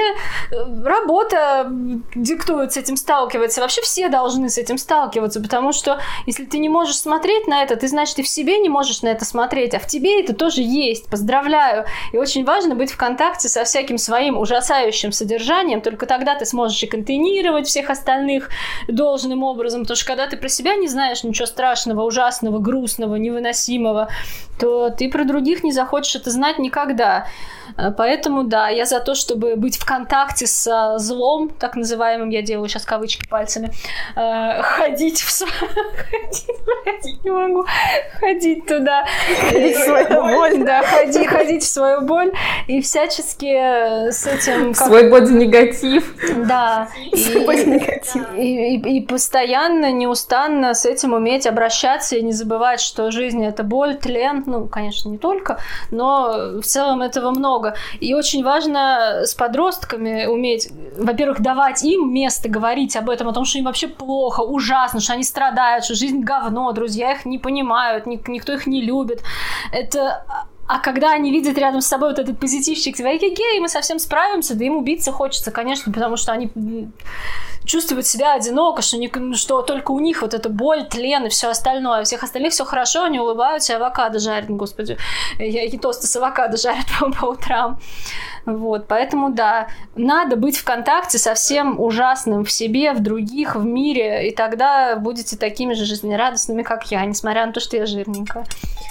работа диктует с этим сталкиваться. Вообще все должны с этим сталкиваться, потому что если ты не можешь смотреть на это, ты, значит, и в себе не можешь на это смотреть, а в тебе это тоже есть. Поздравляю. И очень важно быть в контакте со всяким своим ужасающим содержанием, только тогда ты сможешь и контейнировать всех остальных должным образом, потому что когда ты про себя не знаешь ничего страшного, ужасного, грустного, невыносимого, то ты про других не захочешь это знать никогда. Поэтому, да, я за то, чтобы быть в контакте с злом, так называемым, я делаю сейчас кавычки пальцами, э, ходить в свою... Ходить, не могу. Ходить туда. Ходить в свою боль. Да, ходи, ходить в свою боль и всячески с этим... Как... Свой боди-негатив. Да. И, и, и, и постоянно, неустанно с этим уметь обращаться и не забывать, что жизнь — это боль, тлен. Ну, конечно, не только, но в целом этого много. И очень важно с подростками уметь, во-первых, давать им место говорить об этом, о том, что им вообще плохо, ужасно, что они страдают, что жизнь говно, друзья их не понимают, никто их не любит. Это... А когда они видят рядом с собой вот этот позитивчик, типа, эй-гей, мы совсем справимся, да им убиться хочется, конечно, потому что они чувствуют себя одиноко, что, не, что только у них вот эта боль, тлен и все остальное. У всех остальных все хорошо, они улыбаются, и авокадо жарят, господи. Я и тосты с авокадо жарят по, по утрам. Вот, поэтому, да, надо быть в контакте со всем ужасным в себе, в других, в мире, и тогда будете такими же жизнерадостными, как я, несмотря на то, что я жирненькая.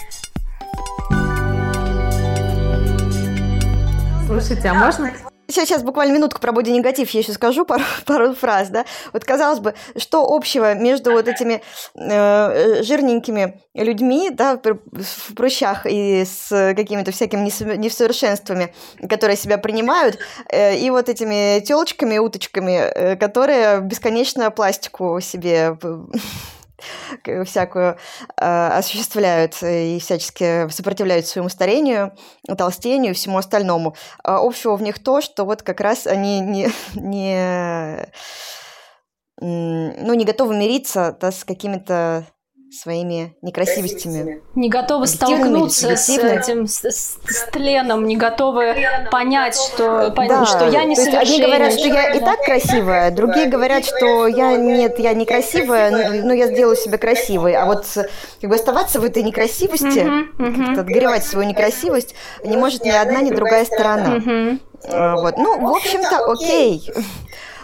Слушайте, а можно... Сейчас, сейчас буквально минутку про бодинегатив я еще скажу, пару, пару фраз, да. Вот, казалось бы, что общего между вот этими э, жирненькими людьми, да, в прыщах и с какими-то всякими несовершенствами, которые себя принимают, э, и вот этими тёлочками, уточками, э, которые бесконечно пластику себе... всякую э, осуществляют и всячески сопротивляют своему старению, толстению и всему остальному. А общего в них то, что вот как раз они не, не, ну, не готовы мириться, да, с какими-то своими некрасивостями. Не готовы столкнуться с этим, с, с, с тленом, не готовы понять, что, да, что я не совершеннейшая. Одни говорят, что я и так красивая, другие говорят, что я нет, я не красивая, но я сделаю себя красивой. А вот как бы оставаться в этой некрасивости, uh-huh, uh-huh. как-то отгревать свою некрасивость, не может ни одна, ни другая сторона. Uh-huh. Вот. Ну, в общем-то, окей.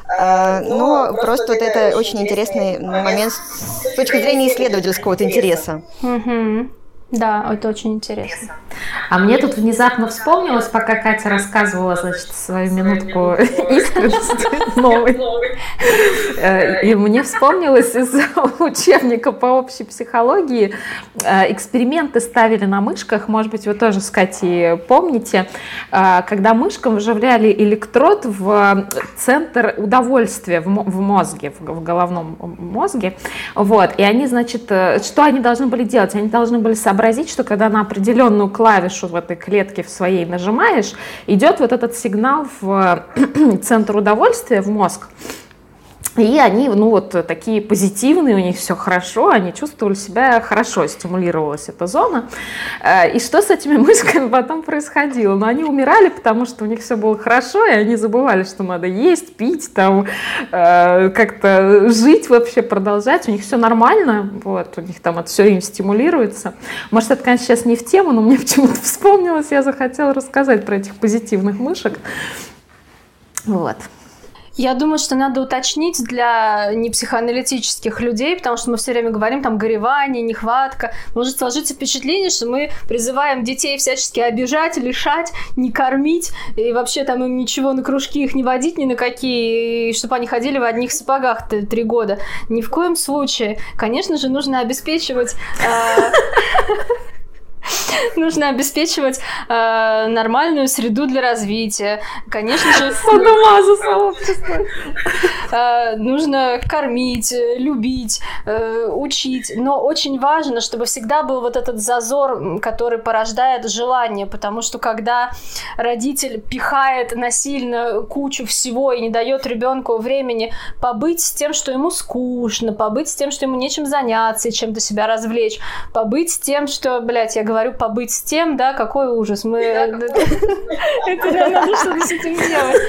но просто вот это очень интересный момент с точки зрения исследовательского вот интереса. Угу. Да, это очень интересно. А мне тут внезапно вспомнилось, пока Катя рассказывала, значит, свою минутку искренности новой. И мне вспомнилось из учебника по общей психологии, эксперименты ставили на мышках, может быть, вы тоже с Катей помните, когда мышкам вживляли электрод в центр удовольствия в мозге, в головном мозге, вот, и они, значит, что они должны были делать? Они должны были собрать сообразить, что когда на определенную клавишу в этой клетке в своей нажимаешь, идет вот этот сигнал в центр удовольствия, в мозг. И они, ну вот, такие позитивные, у них все хорошо, они чувствовали себя хорошо, стимулировалась эта зона. И что с этими мышками потом происходило? Ну, они умирали, потому что у них все было хорошо, и они забывали, что надо есть, пить, там, как-то жить вообще, продолжать. У них все нормально, вот, у них там это все им стимулируется. Может, это, конечно, сейчас не в тему, но мне почему-то вспомнилось, я захотела рассказать про этих позитивных мышек. Вот. Я думаю, что надо уточнить для непсихоаналитических людей, потому что мы все время говорим, там, горевание, нехватка. Может сложиться впечатление, что мы призываем детей всячески обижать, лишать, не кормить, и вообще там им ничего на кружки их не водить ни на какие, и чтобы они ходили в одних сапогах три года. Ни в коем случае. Конечно же, нужно обеспечивать... Нужно обеспечивать э, нормальную среду для развития. Конечно же... Садомаза сообщества. Э, нужно кормить, любить, э, учить. Но очень важно, чтобы всегда был вот этот зазор, который порождает желание. Потому что когда родитель пихает насильно кучу всего и не дает ребенку времени побыть с тем, что ему скучно, побыть с тем, что ему нечем заняться и чем-то себя развлечь, побыть с тем, что, блядь, я говорю, побыть с тем, да, какой ужас. Мы... Это надо что-то с этим делать.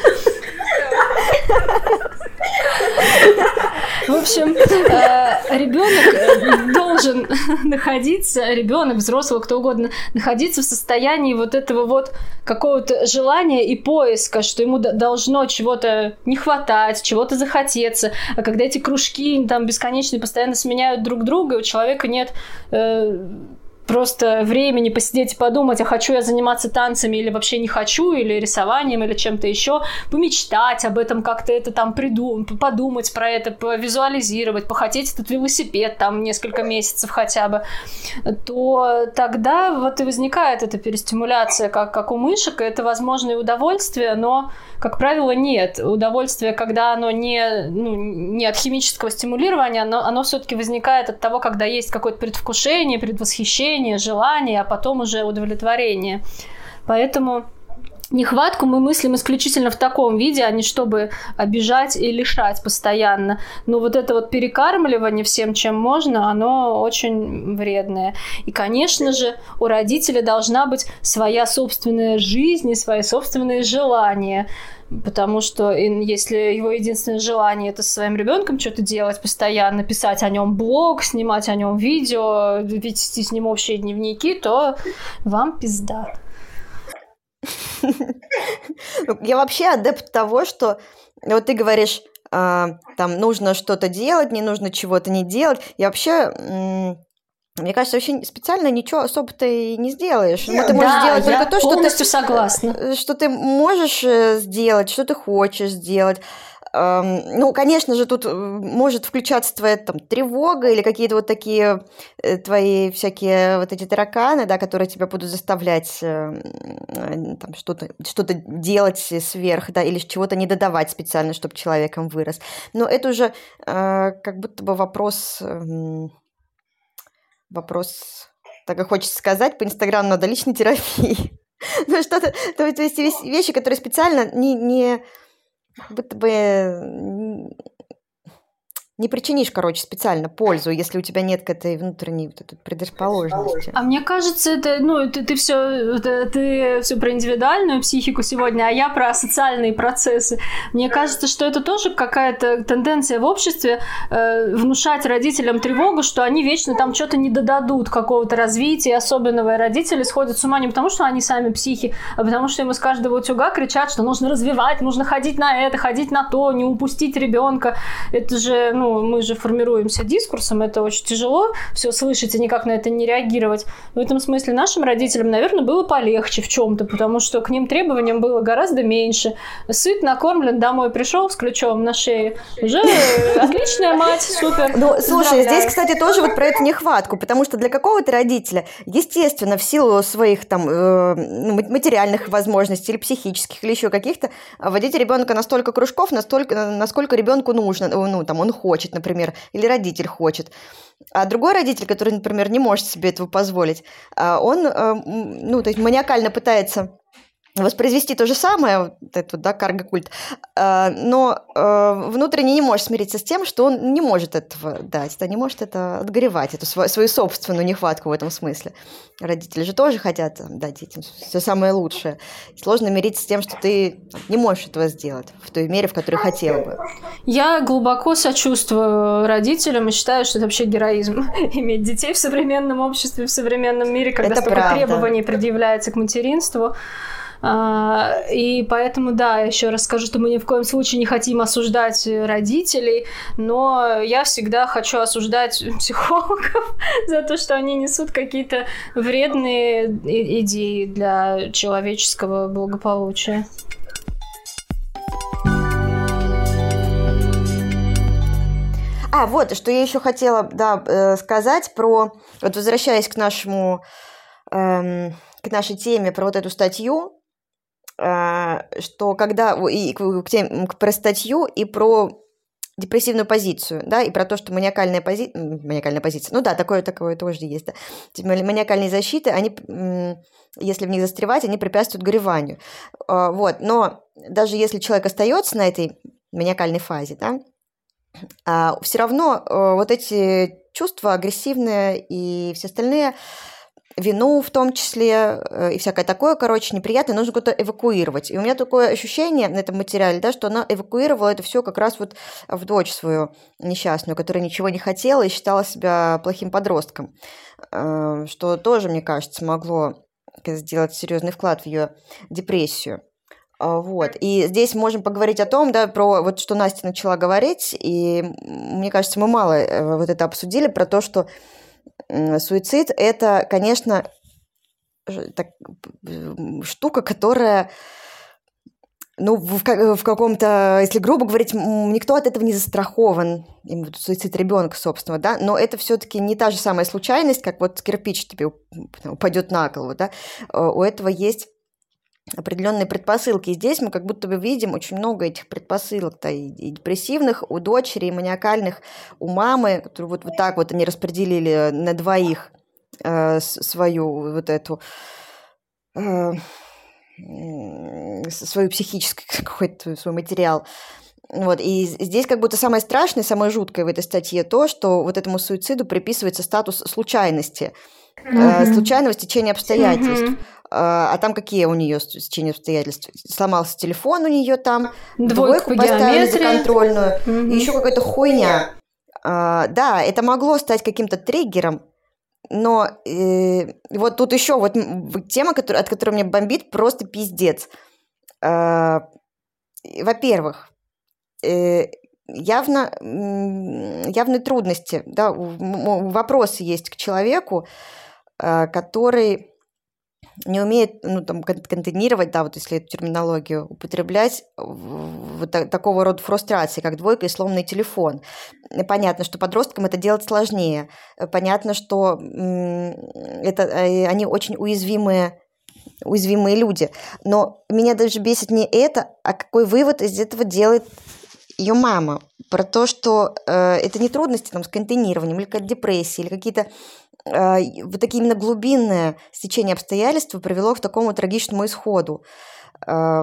В общем, ребенок должен находиться, ребенок, взрослый, кто угодно, находиться в состоянии вот этого вот какого-то желания и поиска, что ему должно чего-то не хватать, чего-то захотеться. А когда эти кружки там бесконечно постоянно сменяют друг друга, у человека нет... просто времени посидеть и подумать, а хочу я заниматься танцами или вообще не хочу, или рисованием, или чем-то еще, помечтать об этом, как-то это там придумать, подумать про это, повизуализировать, похотеть этот велосипед там несколько месяцев хотя бы, то тогда вот и возникает эта перестимуляция, как, как у мышек, и это возможное удовольствие, но, как правило, нет. Удовольствие, когда оно не, ну, не от химического стимулирования, оно, оно все-таки возникает от того, когда есть какое-то предвкушение, предвосхищение, желание, а потом уже удовлетворение. Поэтому нехватку мы мыслим исключительно в таком виде, а не чтобы обижать и лишать постоянно. Но вот это вот перекармливание всем, чем можно, оно очень вредное. И, конечно же, у родителя должна быть своя собственная жизнь и свои собственные желания. Потому что если его единственное желание это со своим ребенком что-то делать постоянно, писать о нем блог, снимать о нем видео, вести с ним общие дневники, то вам пизда. Я вообще адепт того, что вот ты говоришь, там нужно что-то делать, не нужно чего-то не делать. Я вообще... Мне кажется, вообще специально ничего особо-то и не сделаешь. Yeah, ты можешь да, сделать я только то, что полностью ты, согласна. Что ты можешь сделать, что ты хочешь сделать. Ну, конечно же, тут может включаться твоя там тревога или какие-то вот такие твои всякие вот эти тараканы, да, которые тебя будут заставлять там, что-то, что-то делать сверх, да, или чего-то не додавать специально, чтобы человеком вырос. Но это уже как будто бы вопрос... Вопрос, так и хочется сказать, по Инстаграму надо личной терапии. Ну, что-то, то есть вещи, которые специально не, не, будто бы не причинишь, короче, специально пользу, если у тебя нет к этой внутренней вот этой предрасположенности. А мне кажется, это, ну, ты, ты все, ты все про индивидуальную психику сегодня, а я про социальные процессы. Мне кажется, что это тоже какая-то тенденция в обществе э, внушать родителям тревогу, что они вечно там что-то не додадут какого-то развития особенного, и родители сходят с ума не потому, что они сами психи, а потому что им из каждого утюга кричат, что нужно развивать, нужно ходить на это, ходить на то, не упустить ребенка. Это же, ну, мы же формируемся дискурсом, это очень тяжело все слышать и никак на это не реагировать. В этом смысле нашим родителям, наверное, было полегче в чем-то, потому что к ним требованиям было гораздо меньше. Сыт, накормлен, домой пришел с ключом на шее. Уже отличная мать, супер. Ну, слушай, здесь, кстати, тоже вот про эту нехватку, потому что для какого-то родителя, естественно, в силу своих там э, материальных возможностей или психических, или еще каких-то, водить ребенка на столько кружков, настолько, насколько ребенку нужно, ну, там, он хочет, например, или родитель хочет. А другой родитель, который, например, не может себе этого позволить, он, ну, то есть маниакально пытается воспроизвести то же самое, вот это, да, карго-культ, но внутренне не может смириться с тем, что он не может этого дать, да, не может это отгоревать, эту свою собственную нехватку в этом смысле. Родители же тоже хотят дать детям все самое лучшее. Сложно мириться с тем, что ты не можешь этого сделать в той мере, в которой хотела бы. Я глубоко сочувствую родителям и считаю, что это вообще героизм иметь детей в современном обществе, в современном мире, когда это столько правда. Требований предъявляется к материнству. И поэтому, да, еще раз скажу, что мы ни в коем случае не хотим осуждать родителей, но я всегда хочу осуждать психологов за то, что они несут какие-то вредные идеи для человеческого благополучия. А, вот, что я еще хотела, да, сказать про, вот возвращаясь к нашему, эм, к нашей теме про вот эту статью, что когда и к, тем, про статью и про депрессивную позицию, да, и про то, что маниакальная, пози... маниакальная позиция, ну да, такое, такое тоже есть, да, маниакальные защиты, они, если в них застревать, они препятствуют гореванию, вот, но даже если человек остается на этой маниакальной фазе, да, все равно вот эти чувства агрессивные и все остальные, вину в том числе и всякое такое, короче, неприятное, нужно куда-то эвакуировать. И у меня такое ощущение на этом материале, да, что она эвакуировала это все как раз вот в дочь свою несчастную, которая ничего не хотела и считала себя плохим подростком, что тоже, мне кажется, могло сделать серьезный вклад в ее депрессию. Вот. И здесь можем поговорить о том, да, про вот что Настя начала говорить, и мне кажется, мы мало вот это обсудили, про то, что суицид – это, конечно, так, штука, которая, ну, в, в каком-то, если грубо говорить, никто от этого не застрахован, именно суицид ребенка собственного, да, но это все-таки не та же самая случайность, как вот кирпич тебе упадет на голову, да, у этого есть определенные предпосылки. И здесь мы как будто бы видим очень много этих предпосылок, да, и, и депрессивных у дочери, и маниакальных у мамы, которые вот, вот так вот они распределили на двоих э, свою вот эту э, свою психический какой-то свой материал. Вот. И здесь как будто самое страшное, самое жуткое в этой статье то, что вот этому суициду приписывается статус случайности, mm-hmm. э, случайного стечения обстоятельств. Mm-hmm. А там какие у нее стечения обстоятельств? Сломался телефон у нее там, двойку, двойку поставили за контрольную, mm-hmm. и еще какая-то хуйня. А, да, это могло стать каким-то триггером, но э, вот тут еще вот тема, которая, от которой меня бомбит, просто пиздец. А, во-первых, э, явно, явные трудности, да, вопросы есть к человеку, который не умеет, ну, там, контейнировать, да, вот если эту терминологию употреблять, вот такого рода фрустрации, как двойка и сломанный телефон. Понятно, что подросткам это делать сложнее. Понятно, что это, они очень уязвимые, уязвимые люди. Но меня даже бесит не это, а какой вывод из этого делает ее мама. Про то, что э, это не трудности там, с контейнированием, или какая-то депрессия, или какие-то вот такие именно глубинное стечение обстоятельств привело к такому трагичному исходу.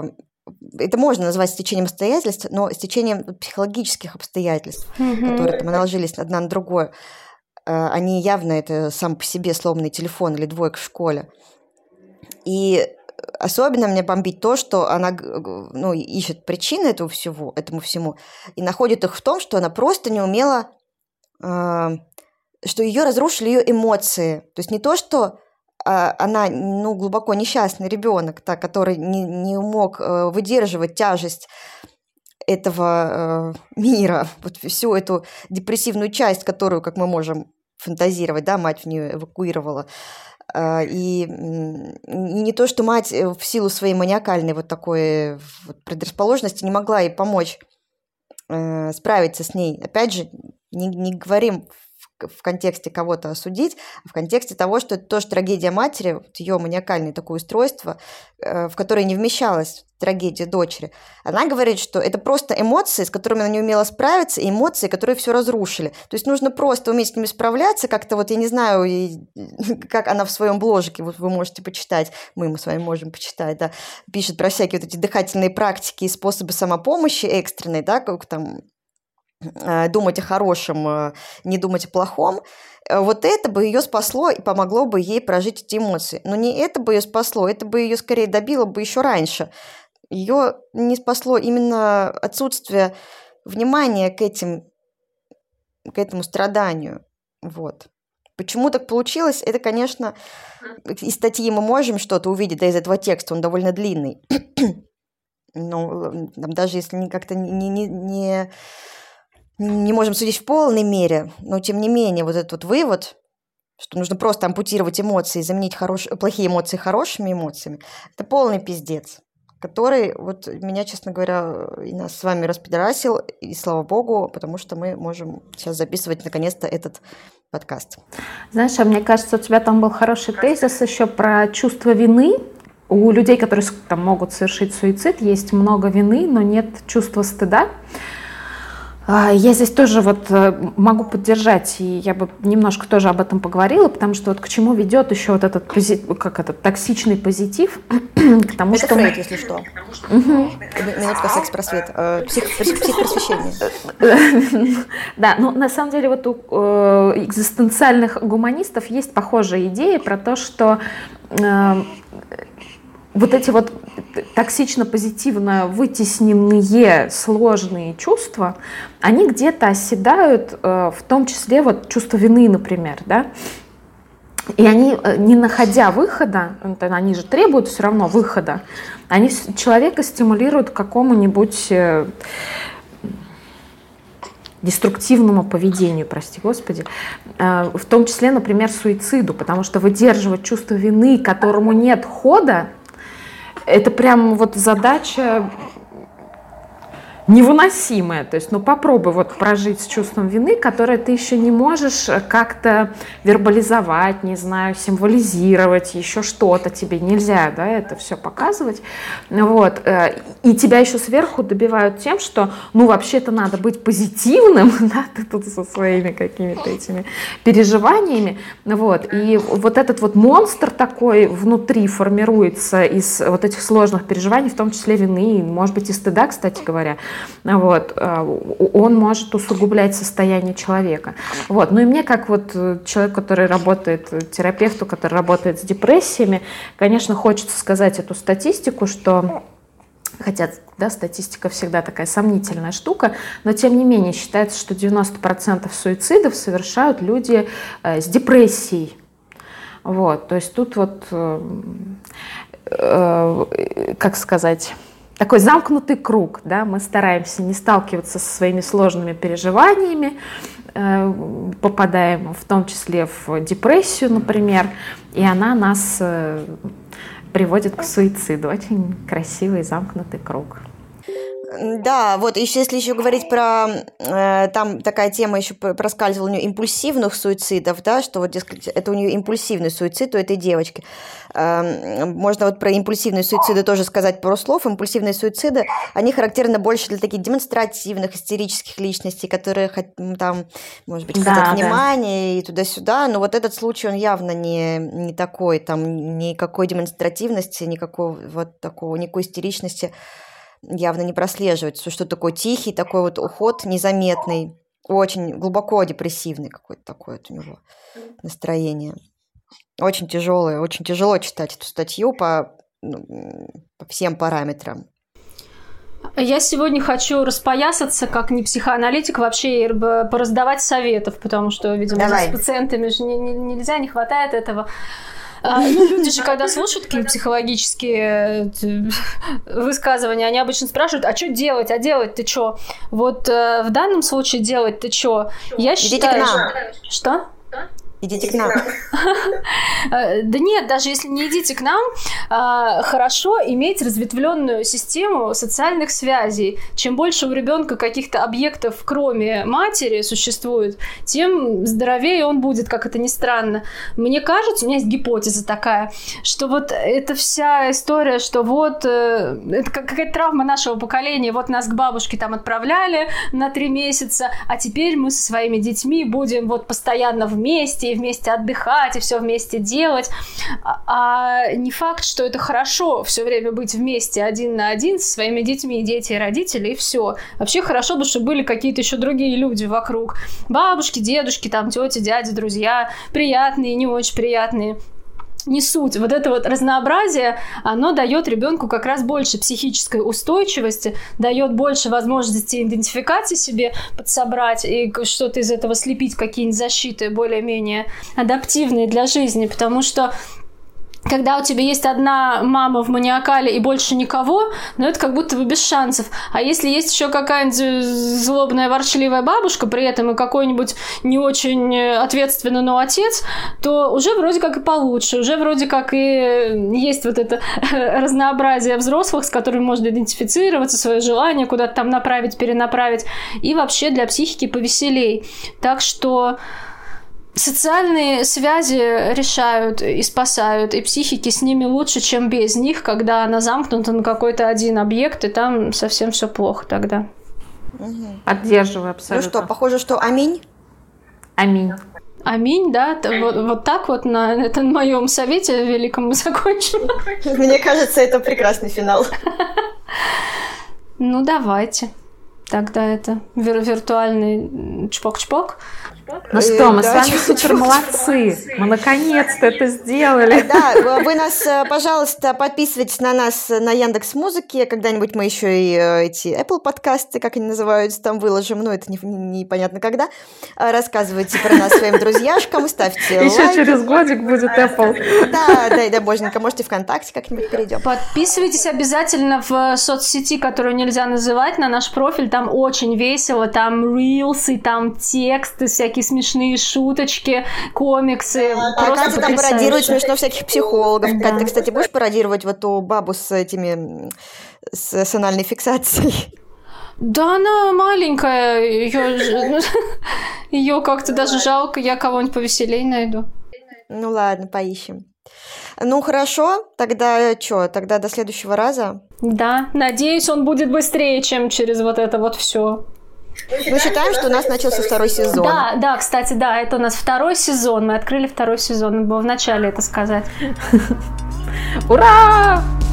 это можно назвать стечением обстоятельств, но стечением психологических обстоятельств, mm-hmm. которые там наложились одна на другое. Они явно это сам по себе сломанный телефон или двойка в школе. И особенно меня бомбит то, что она ну, ищет причины этого всего, этому всему и находит их в том, что она просто не умела, э, что ее разрушили ее эмоции. То есть не то, что э, она ну, глубоко несчастный ребенок, та, который не, не мог э, выдерживать тяжесть этого э, мира, вот всю эту депрессивную часть, которую, как мы можем фантазировать, да, мать в нее эвакуировала. И не то, что мать в силу своей маниакальной вот такой вот предрасположенности не могла ей помочь э, справиться с ней. Опять же, не, не говорим в, в контексте кого-то осудить, а в контексте того, что это тоже трагедия матери, вот ее маниакальное такое устройство, э, в которое не вмещалась трагедия дочери. Она говорит, что это просто эмоции, с которыми она не умела справиться, и эмоции, которые все разрушили. То есть нужно просто уметь с ними справляться, как-то вот, я не знаю, как она в своем бложике, вот вы можете почитать, мы, мы с вами можем почитать, да, пишет про всякие вот эти дыхательные практики и способы самопомощи экстренной, да, как там думать о хорошем, не думать о плохом. Вот это бы ее спасло и помогло бы ей прожить эти эмоции. Но не это бы ее спасло, это бы ее скорее добило бы еще раньше. Ее не спасло именно отсутствие внимания к этим, к этому страданию. Вот. Почему так получилось? Это, конечно, из статьи мы можем что-то увидеть, да, из этого текста, он довольно длинный. Но даже если не как-то не, не, не, не можем судить в полной мере, но тем не менее вот этот вот вывод, что нужно просто ампутировать эмоции и заменить хорош... плохие эмоции хорошими эмоциями, это полный пиздец, который вот меня, честно говоря, и нас с вами распидорасил, и слава богу, потому что мы можем сейчас записывать наконец-то этот подкаст. Знаешь, а мне кажется, у тебя там был хороший тезис еще про чувство вины. У людей, которые там могут совершить суицид, есть много вины, но нет чувства стыда. Я здесь тоже вот могу поддержать, и я бы немножко тоже об этом поговорила, потому что вот к чему ведет еще вот этот, как этот токсичный позитив, к тому, это что... Фрейд, если что. Угу. Минутка секс-просвет, психпросвещение. Да, ну на самом деле вот у экзистенциальных гуманистов есть похожая идея про то, что вот эти вот токсично-позитивно вытесненные сложные чувства, они где-то оседают, в том числе вот чувство вины, например, да, и они, не находя выхода, они же требуют все равно выхода, они человека стимулируют к какому-нибудь деструктивному поведению, прости господи, в том числе, например, суициду, потому что выдерживать чувство вины, которому нет хода, это прям вот задача невыносимая. То есть, ну попробуй вот прожить с чувством вины, которое ты еще не можешь как-то вербализовать, не знаю, символизировать, еще что-то тебе нельзя, да, это все показывать. Вот. И тебя еще сверху добивают тем, что, ну вообще-то надо быть позитивным, да, ты тут со своими какими-то этими переживаниями. Вот. И вот этот вот монстр такой внутри формируется из вот этих сложных переживаний, в том числе вины, может быть и стыда, кстати говоря. Вот, он может усугублять состояние человека. Вот. Ну и мне, как вот человек, который работает, терапевту, который работает с депрессиями, конечно, хочется сказать эту статистику, что, хотя да, статистика всегда такая сомнительная штука, но тем не менее считается, что девяносто процентов суицидов совершают люди э, с депрессией. Вот, то есть тут вот, э, э, как сказать... Такой замкнутый круг, да, мы стараемся не сталкиваться со своими сложными переживаниями, э, попадаем в том числе в депрессию, например, и она нас э, приводит к суициду. Очень красивый замкнутый круг. Да, вот еще если еще говорить про, э, там такая тема еще проскальзывала у нее импульсивных суицидов, да, что вот, дескать, это у нее импульсивный суицид у этой девочки. Э, можно вот про импульсивные суициды тоже сказать пару слов. Импульсивные суициды, они характерны больше для таких демонстративных, истерических личностей, которые там, может быть, хотят да, внимания да. и туда-сюда, но вот этот случай, он явно не, не такой, там никакой демонстративности, никакого вот такого, никакой истеричности явно не прослеживается, что такой тихий, такой вот уход незаметный, очень глубоко депрессивный какой-то такой вот у него настроение. Очень тяжелое, очень тяжело читать эту статью по, ну, по всем параметрам. Я сегодня хочу распоясаться, как не психоаналитик, вообще пораздавать советов, потому что, видимо, с пациентами же не, не, нельзя, не хватает этого. Ну, люди же, когда слушают какие-то психологические высказывания, они обычно спрашивают, а что делать, а делать-то что? Вот э, в данном случае делать-то что? Я считаю... Идите к нам. Что? Идите к нам. Да нет, даже если не идите к нам, хорошо иметь разветвленную систему социальных связей. Чем больше у ребенка каких-то объектов, кроме матери, существует, тем здоровее он будет, как это ни странно. Мне кажется, у меня есть гипотеза такая, что вот эта вся история, что вот это какая-то травма нашего поколения, вот нас к бабушке там отправляли на три месяца, а теперь мы со своими детьми будем вот постоянно вместе, и вместе отдыхать, и все вместе делать. А, а не факт, что это хорошо все время быть вместе один на один со своими детьми, дети и родители, и все. Вообще хорошо бы, чтобы были какие-то еще другие люди вокруг. Бабушки, дедушки, там, тети, дяди, друзья. Приятные, не очень приятные. Не суть. Вот это вот разнообразие, оно дает ребенку как раз больше психической устойчивости, дает больше возможности идентификации себе подсобрать и что-то из этого слепить, какие-нибудь защиты более-менее адаптивные для жизни, потому что когда у тебя есть одна мама в маниакале и больше никого, ну это как будто бы без шансов. А если есть еще какая-нибудь злобная, ворчливая бабушка, при этом и какой-нибудь не очень ответственный, но отец, то уже вроде как и получше, уже вроде как и есть вот это разнообразие взрослых, с которыми можно идентифицироваться, свое желание куда-то там направить, перенаправить, и вообще для психики повеселей. Так что социальные связи решают и спасают, и психики с ними лучше, чем без них, когда она замкнута на какой-то один объект, и там совсем все плохо тогда. Угу. Поддерживаю абсолютно. Ну что, похоже, что аминь? Аминь. Аминь, да, вот, вот так вот на этом моем совете великом мы закончим. Мне кажется, это прекрасный финал. Ну, давайте. Тогда это вир- виртуальный чпок-чпок. Ну что, мы да, с вами супер молодцы. Мы наконец-то это сделали. Да, вы нас, пожалуйста, подписывайтесь на нас на Яндекс.Музыке. Когда-нибудь мы еще и эти Apple подкасты, как они называются, там выложим. Ну, это непонятно когда. Рассказывайте про нас своим друзьяшкам, ставьте лайки. Еще через годик будет Apple. Да, да, и да, боженька, можете ВКонтакте как-нибудь перейдем. Подписывайтесь обязательно в соцсети, которую нельзя называть, на наш профиль. Там очень весело, там рилсы, там тексты, всякие смешные шуточки, комиксы. А Катя там пародирует смешно всяких психологов. Да. Катя, ты, кстати, будешь пародировать вот ту бабу с этими с, с анальной фиксацией? Да, она маленькая, ее, ее как-то даже жалко, я кого-нибудь повеселей найду. Ну ладно, поищем. Ну хорошо, тогда что, тогда до следующего раза? Да, надеюсь, он будет быстрее, чем через вот это вот все. Мы считаем, что у нас начался второй сезон. Да, да, кстати, да, это у нас второй сезон. Мы открыли второй сезон. Надо было вначале это сказать. Ура!